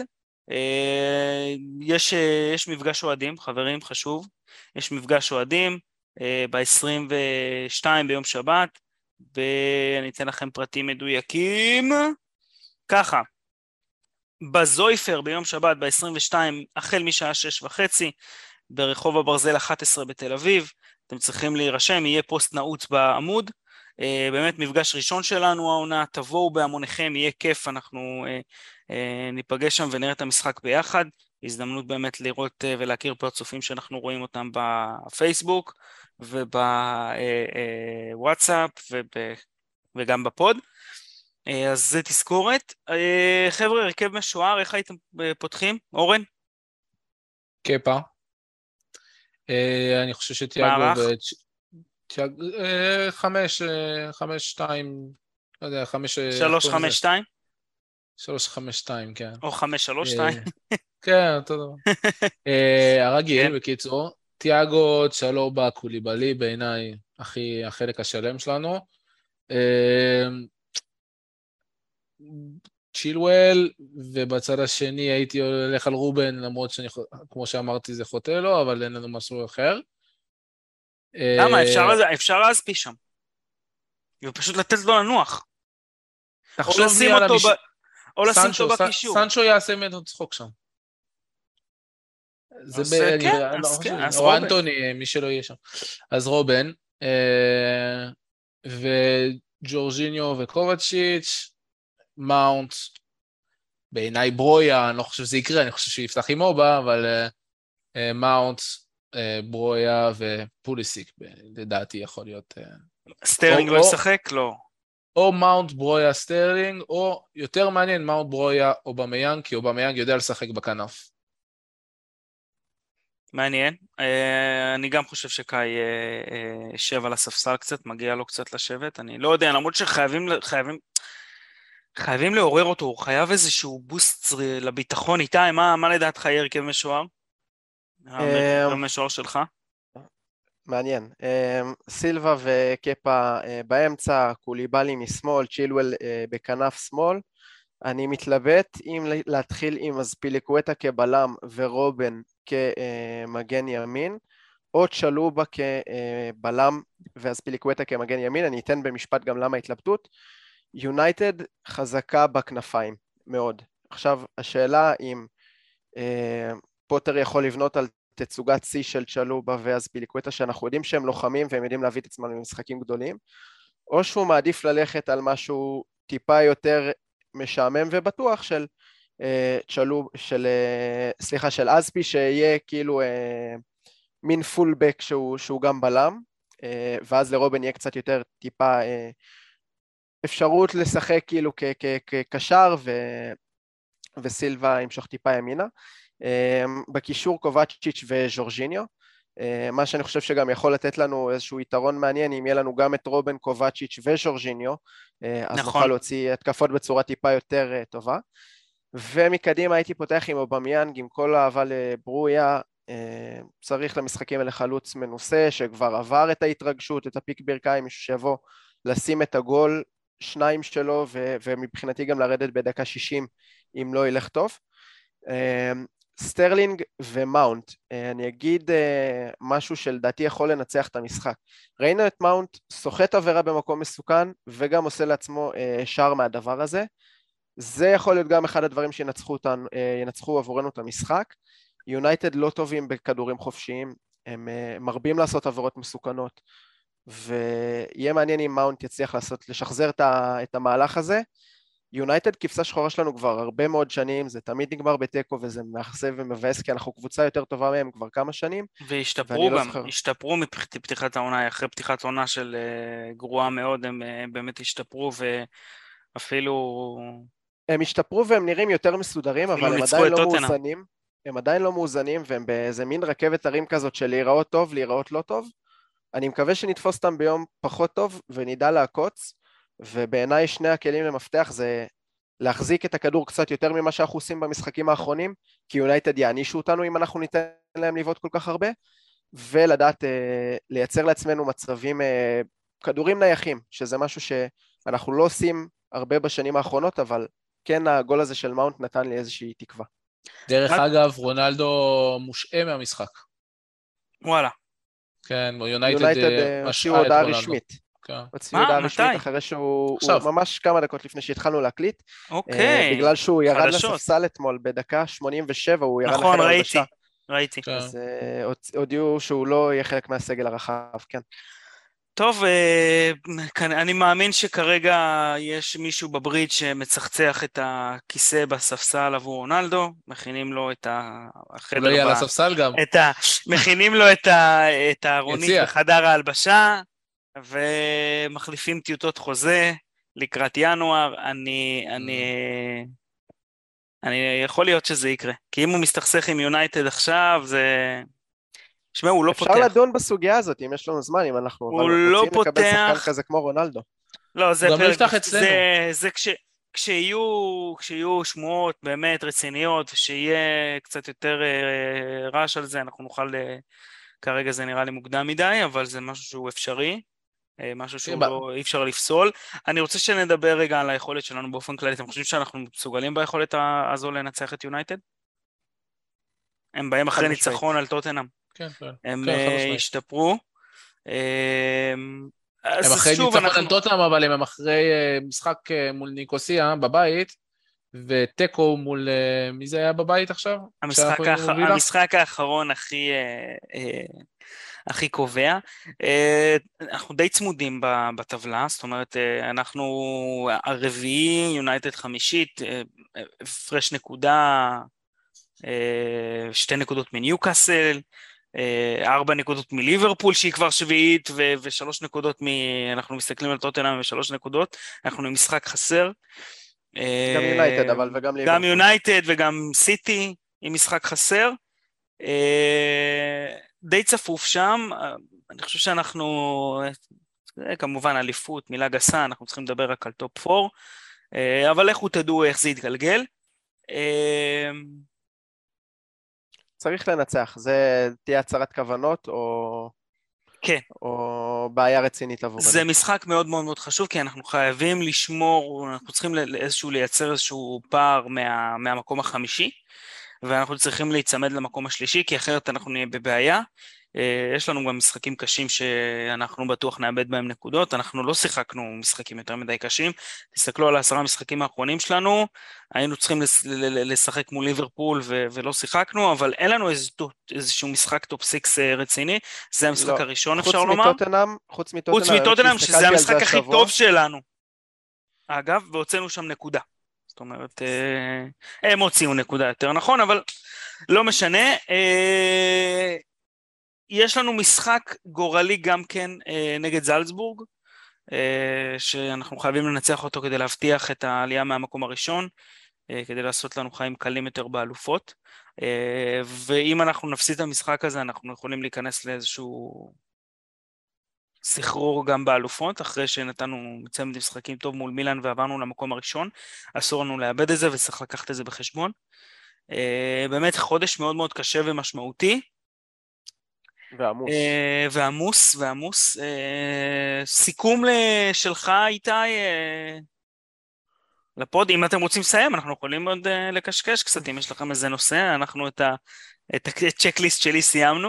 יש, יש מפגש אוהדים, חברים, חשוב, יש מפגש אוהדים ב-עשרים ושתיים ביום שבת, ואני אתן לכם פרטים מדויקים, ככה, בזויפר ביום שבת ב-עשרים ושתיים, החל משעה שש וחצי, ברחוב הברזל אחת עשרה בתל אביב, אתם צריכים להירשם, יהיה פוסט נעוץ בעמוד, באמת מפגש ראשון שלנו העונה, תבואו בהמוניכם, יהיה כיף, אנחנו ניפגש שם ונראה את המשחק ביחד, הזדמנות באמת לראות ולהכיר פרצופים שאנחנו רואים אותם בפייסבוק ובוואטסאפ וגם בפוד, אז זה תזכורת. חבר'ה, הרכב משוער, איך הייתם פותחים? אורן? קפה. אני חושב שתיאגו חמש, חמש, שתיים, לא יודע, חמש... שלוש, חמש, שתיים? שלוש, חמש, שתיים, כן. או חמש, שלוש, שתיים. כן, אותו דבר. הרגיל, בקיצור, תיאגו, צ'לובה, קוליבאלי, בעיניי, הכי, החלק השלם שלנו. צ'ילואל, ובצד השני הייתי הולך על רובן, למרות שאני, כמו שאמרתי, זה חוטא לו, אבל אין לנו משהו אחר. למה? אפשר להספי שם. ופשוט לתת לו לנוח. או לשים אותו ב... או לשים אותו בקישור. סנצ'ו יעשה ממנו צחוק שם. זה ב... או אנטוני, מי שלא יהיה שם. אז רובן, וג'ורג'יניו וקובצ'יץ', מאונט, בעיניי ברויה, אני לא חושב שזה יקרה, אני חושב שהוא יפתח עם אובה, אבל מאונט, ברויה ופוליסיק, לדעתי יכול להיות... סטרלינג לא ישחק? לא. או מאונט, ברויה, סטרלינג, או יותר מעניין, מאונט, ברויה, אובמיאנג, כי אובמיאנג יודע לשחק בכנף. מעניין. אני גם חושב שקאי ישב על הספסל קצת, מגיע לו קצת לשבת, אני לא יודע, למרות שחייבים חייבים, חייבים לעורר אותו, הוא חייב איזשהו בוסט לביטחון. איתי, מה, מה לדעתך יהיה הרכב משוער? הרכב משוער שלך? מעניין. סילבה וקפה באמצע, קוליבאלי משמאל, צ'ילואל בכנף שמאל. אני מתלבט אם להתחיל עם אספיליקווטה כבלם ורובן כמגן ימין, או צ'לובה כבלם ואספיליקווטה כמגן ימין. אני אתן במשפט גם למה התלבטות. יונייטד חזקה בכנפיים, מאוד. עכשיו, השאלה אם אה, פוטר יכול לבנות על תצוגת C של צ'לובה ואספיליקווטה, שאנחנו יודעים שהם לוחמים והם יודעים להביא את עצמם למשחקים גדולים, או שהוא מעדיף ללכת על משהו טיפה יותר משעמם ובטוח של אה, צ'לוב, של, אה, סליחה, של אספי, שיהיה כאילו אה, מין פולבק שהוא, שהוא גם בלם, אה, ואז לרובן יהיה קצת יותר טיפה אה, אפשרות לשחק כאילו כקשר, ו... וסילבה ימשוך טיפה ימינה. בקישור קובצ'יץ' וז'ורג'יניו, מה שאני חושב שגם יכול לתת לנו איזשהו יתרון מעניין, אם יהיה לנו גם את רובן, קובצ'יץ' וז'ורג'יניו, אז נכון. נוכל להוציא התקפות בצורה טיפה יותר טובה. ומקדימה הייתי פותח עם אובמיאנג, עם כל האהבה לברוריה, צריך למשחקים אלה חלוץ מנוסה, שכבר עבר את ההתרגשות, את הפיק ברכיים, מישהו שיבוא לשים את הגול, שניים שלו, ו- ומבחינתי גם לרדת בדקה שישים, אם לא ילך טוב. סטרלינג ומאונט, אני אגיד משהו שלדעתי יכול לנצח את המשחק. ראינו את מאונט סוחט עבירה במקום מסוכן, וגם עושה לעצמו שער מהדבר הזה. זה יכול להיות גם אחד הדברים שינצחו אותנו, ינצחו עבורנו את המשחק. יונייטד לא טובים בכדורים חופשיים, הם מרבים לעשות עבירות מסוכנות, ויהיה מעניין אם מאונט יצליח לעשות, לשחזר את המהלך הזה. יונייטד כבשה שחורה שלנו כבר הרבה מאוד שנים, זה תמיד נגמר בטקו, וזה מאכזב ומבאס, כי אנחנו קבוצה יותר טובה מהם כבר כמה שנים. והשתפרו גם, לא השתפרו מפתיחת העונה, אחרי פתיחת העונה של uh, גרועה מאוד, הם uh, באמת השתפרו, ואפילו... הם השתפרו והם נראים יותר מסודרים, אבל הם עדיין לא מאוזנים, הם עדיין לא מאוזנים, והם באיזה מין רכבת הרים כזאת של להיראות טוב, להיראות לא טוב. אני מקווה שנתפוס אותם ביום פחות טוב, ונדע לעקוץ, ובעיניי שני הכלים למפתח זה להחזיק את הכדור קצת יותר ממה שאנחנו עושים במשחקים האחרונים, כי יונייטד יענישו אותנו אם אנחנו ניתן להם לבעוט כל כך הרבה, ולדעת אה, לייצר לעצמנו מצבים, אה, כדורים נייחים, שזה משהו שאנחנו לא עושים הרבה בשנים האחרונות, אבל כן הגול הזה של מאונט נתן לי איזושהי תקווה. דרך אגב, רונלדו מושעה מהמשחק. וואלה. כן, יונייטד משאיר הודעה רשמית. הוציאו הודעה רשמית אחרי שהוא ממש כמה דקות לפני שהתחלנו להקליט, בגלל שהוא ירד לספסל אתמול בדקה שמונים ושבע, הוא ירד נכון, ראיתי, ראיתי. אז הודיעו שהוא לא יהיה חלק מהסגל הרחב, כן. טוב, אני מאמין שכרגע יש מישהו בברית שמצחצח את הכיסא בספסל עבור רונלדו, מכינים לו את החדר... לא יהיה על הספסל גם. מכינים לו את הארונית בחדר ההלבשה, ומחליפים טיוטות חוזה לקראת ינואר. אני, אני, אני יכול להיות שזה יקרה, כי אם הוא מסתכסך עם יונייטד עכשיו, זה... שמע, הוא לא אפשר פותח. אפשר לדון בסוגיה הזאת, אם יש לנו זמן, אם אנחנו... הוא לא פותח. רוצים לקבל שחקן כזה כמו רונלדו. לא, זה... גם לא יפתח אצלנו. זה, זה כש... כשיהיו, כשיהיו שמועות באמת רציניות, ושיהיה קצת יותר uh, רעש על זה, אנחנו נוכל... Uh, כרגע זה נראה לי מוקדם מדי, אבל זה משהו שהוא אפשרי. משהו שהוא לא, אי אפשר לפסול. אני רוצה שנדבר רגע על היכולת שלנו באופן כללי. אתם חושבים שאנחנו מסוגלים ביכולת הזו לנצח את יונייטד? הם באים אחרי ניצחון על טוטנהאם. כן, הם השתפרו. הם אחרי ניצחון על טוטנהאם, אבל הם אחרי משחק מול ניקוסיה בבית, וטקו מול... מי זה היה בבית עכשיו? המשחק האחרון הכי... הכי קובע. אנחנו די צמודים בטבלה, זאת אומרת, אנחנו הרביעי, יונייטד חמישית, הפרש נקודה, שתי נקודות מניוקאסל, ארבע נקודות מליברפול שהיא כבר שביעית, ו- ושלוש נקודות מ... אנחנו מסתכלים על טוטנהאם ושלוש נקודות, אנחנו עם משחק חסר. גם יונייטד, אבל וגם ליברפול. גם יונייטד וגם סיטי עם משחק חסר. די צפוף שם, אני חושב שאנחנו, כמובן אליפות, מילה גסה, אנחנו צריכים לדבר רק על טופ פור, אבל לכו תדעו איך זה יתגלגל. צריך לנצח, זה תהיה הצהרת כוונות או... כן. או בעיה רצינית עבורנו. זה משחק מאוד מאוד מאוד חשוב, כי אנחנו חייבים לשמור, אנחנו צריכים איזשהו לייצר איזשהו פער מה, מהמקום החמישי, ואנחנו צריכים להיצמד למקום השלישי, כי אחרת אנחנו נהיה בבעיה. יש לנו גם משחקים קשים שאנחנו בטוח נאבד בהם נקודות, אנחנו לא שיחקנו משחקים יותר מדי קשים, תסתכלו על העשרה משחקים האחרונים שלנו, היינו צריכים לשחק מול ליברפול ו- ולא שיחקנו, אבל אין לנו איזשהו משחק טופ סיקס רציני, זה המשחק לא. הראשון אפשר לומר. מטוטנאם, חוץ מטוטנאם, חוץ מטוטנאם, שזה המשחק הכי טוב שלנו. אגב, והוצאנו שם נקודה. זאת אומרת, הם הוציאו נקודה יותר נכון, אבל לא משנה. יש לנו משחק גורלי גם כן נגד זלצבורג, שאנחנו חייבים לנצח אותו כדי להבטיח את העלייה מהמקום הראשון, כדי לעשות לנו חיים קלים יותר באלופות, ואם אנחנו נפסיד את המשחק הזה, אנחנו יכולים להיכנס לאיזשהו סחרור גם באלופות, אחרי שנתנו מצמד משחקים טוב מול מילאן ועברנו למקום הראשון, אסור לנו לאבד את זה וצריך לקחת את זה בחשבון. באמת חודש מאוד מאוד קשה ומשמעותי, ועמוס. ועמוס, ועמוס. סיכום שלך איתי, לפוד, אם אתם רוצים לסיים, אנחנו יכולים עוד לקשקש קצת, אם יש לכם איזה נושא, אנחנו את הצ'קליסט שלי סיימנו.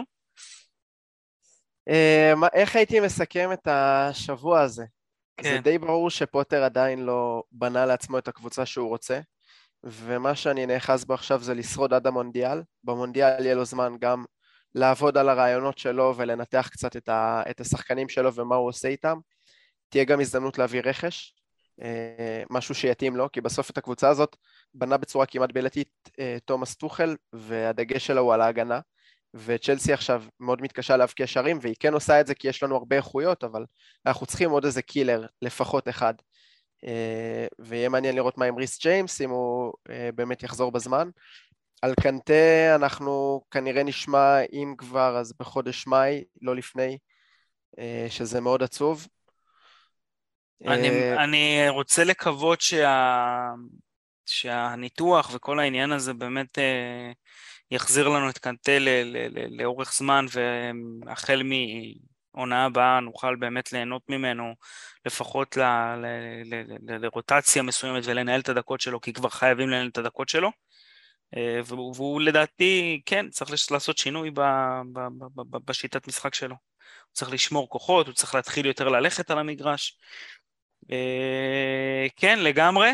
איך הייתי מסכם את השבוע הזה? זה די ברור שפוטר עדיין לא בנה לעצמו את הקבוצה שהוא רוצה, ומה שאני נאחז בו עכשיו זה לשרוד עד המונדיאל. במונדיאל יהיה לו זמן גם לעבוד על הרעיונות שלו ולנתח קצת את, ה, את השחקנים שלו ומה הוא עושה איתם. תהיה גם הזדמנות להביא רכש, משהו שיתאים לו, כי בסוף את הקבוצה הזאת בנה בצורה כמעט בלעדית תומאס טוחל, והדגש שלו הוא על ההגנה, וצ'לסי עכשיו מאוד מתקשה להבקיע שערים, והיא כן עושה את זה כי יש לנו הרבה איכויות, אבל אנחנו צריכים עוד איזה קילר, לפחות אחד, ויהיה מעניין לראות מה עם ריס ג'יימס, אם הוא באמת יחזור בזמן. על קנטה אנחנו כנראה נשמע, אם כבר, אז בחודש מאי, לא לפני, שזה מאוד עצוב. אני, אני רוצה לקוות שה, שהניתוח וכל העניין הזה באמת יחזיר לנו את קנטה ל, ל, ל, לאורך זמן, והחל מעונה הבאה נוכל באמת ליהנות ממנו, לפחות ל, ל, ל, ל, לרוטציה מסוימת ולנהל את הדקות שלו, כי כבר חייבים לנהל את הדקות שלו. והוא, והוא לדעתי, כן, צריך לעשות שינוי ב, ב, ב, ב, בשיטת משחק שלו. הוא צריך לשמור כוחות, הוא צריך להתחיל יותר ללכת על המגרש. כן, לגמרי.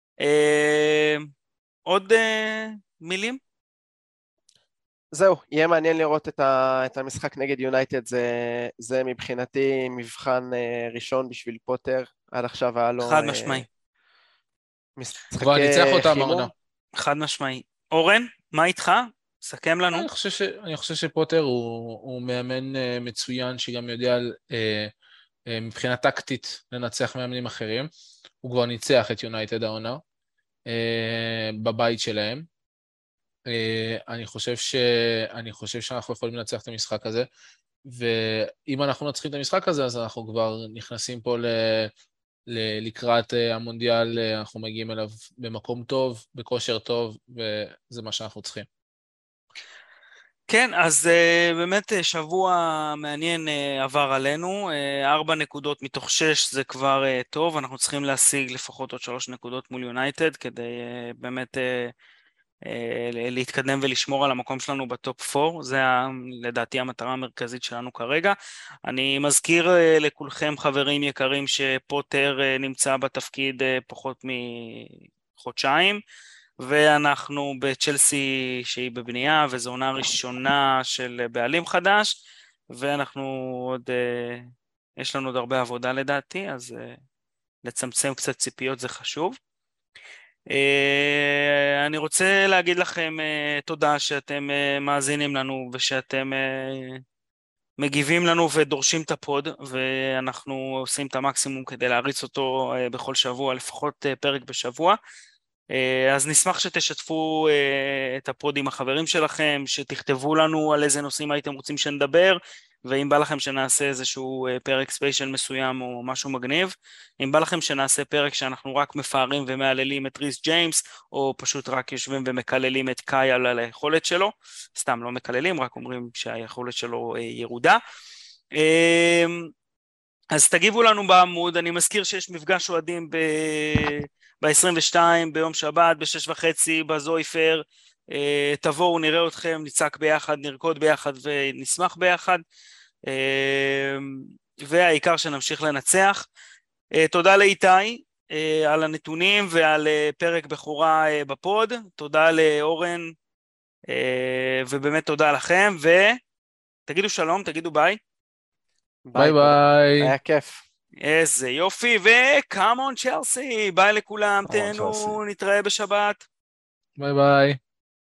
עוד מילים? זהו, יהיה מעניין לראות את, ה, את המשחק נגד יונייטד, זה, זה מבחינתי מבחן ראשון בשביל פוטר, עד עכשיו היה לו... חד משמעי. משחקי כבר ניצח אותם חימום. העונה. חד משמעי. אורן, מה איתך? סכם לנו. אני חושב, ש... אני חושב שפוטר הוא, הוא מאמן uh, מצוין, שגם יודע uh, uh, מבחינה טקטית לנצח מאמנים אחרים. הוא כבר ניצח את יונייטד העונה uh, בבית שלהם. Uh, אני חושב ש... אני חושב שאנחנו יכולים לנצח את המשחק הזה, ואם אנחנו נצחים את המשחק הזה, אז אנחנו כבר נכנסים פה ל... לקראת המונדיאל, אנחנו מגיעים אליו במקום טוב, בכושר טוב, וזה מה שאנחנו צריכים. כן, אז באמת שבוע מעניין עבר עלינו, ארבע נקודות מתוך שש זה כבר טוב, אנחנו צריכים להשיג לפחות עוד שלוש נקודות מול יונייטד, כדי באמת להתקדם ולשמור על המקום שלנו בטופ פור, זה לדעתי המטרה המרכזית שלנו כרגע. אני מזכיר לכולכם חברים יקרים שפוטר נמצא בתפקיד פחות מחודשיים, ואנחנו בצ'לסי שהיא בבנייה, וזו עונה ראשונה של בעלים חדש, ואנחנו עוד, יש לנו עוד הרבה עבודה לדעתי, אז לצמצם קצת ציפיות זה חשוב. אני רוצה להגיד לכם תודה שאתם מאזינים לנו ושאתם מגיבים לנו ודורשים את הפוד, ואנחנו עושים את המקסימום כדי להריץ אותו בכל שבוע, לפחות פרק בשבוע. אז נשמח שתשתפו את הפוד עם החברים שלכם, שתכתבו לנו על איזה נושאים הייתם רוצים שנדבר, ואם בא לכם שנעשה איזשהו פרק ספיישל מסוים או משהו מגניב, אם בא לכם שנעשה פרק שאנחנו רק מפארים ומעללים את ריס ג'יימס, או פשוט רק יושבים ומקללים את קאי על היכולת שלו, סתם לא מקללים, רק אומרים שהיכולת שלו ירודה. אז תגיבו לנו בעמוד, אני מזכיר שיש מפגש אוהדים ב-עשרים ושתיים ביום שבת, בשש וחצי בזויפר, תבואו נראה אתכם, נצעק ביחד, נרקוד ביחד ונשמח ביחד, והעיקר שנמשיך לנצח. תודה לאיתי על הנתונים ועל פרק בחורה בפוד, תודה לאורן, ובאמת תודה לכם, ותגידו שלום, תגידו ביי. ביי ביי. היה כיף. איזה יופי, וקאמון צ'לסי, ביי לכולם, תהנו, נתראה בשבת. ביי ביי.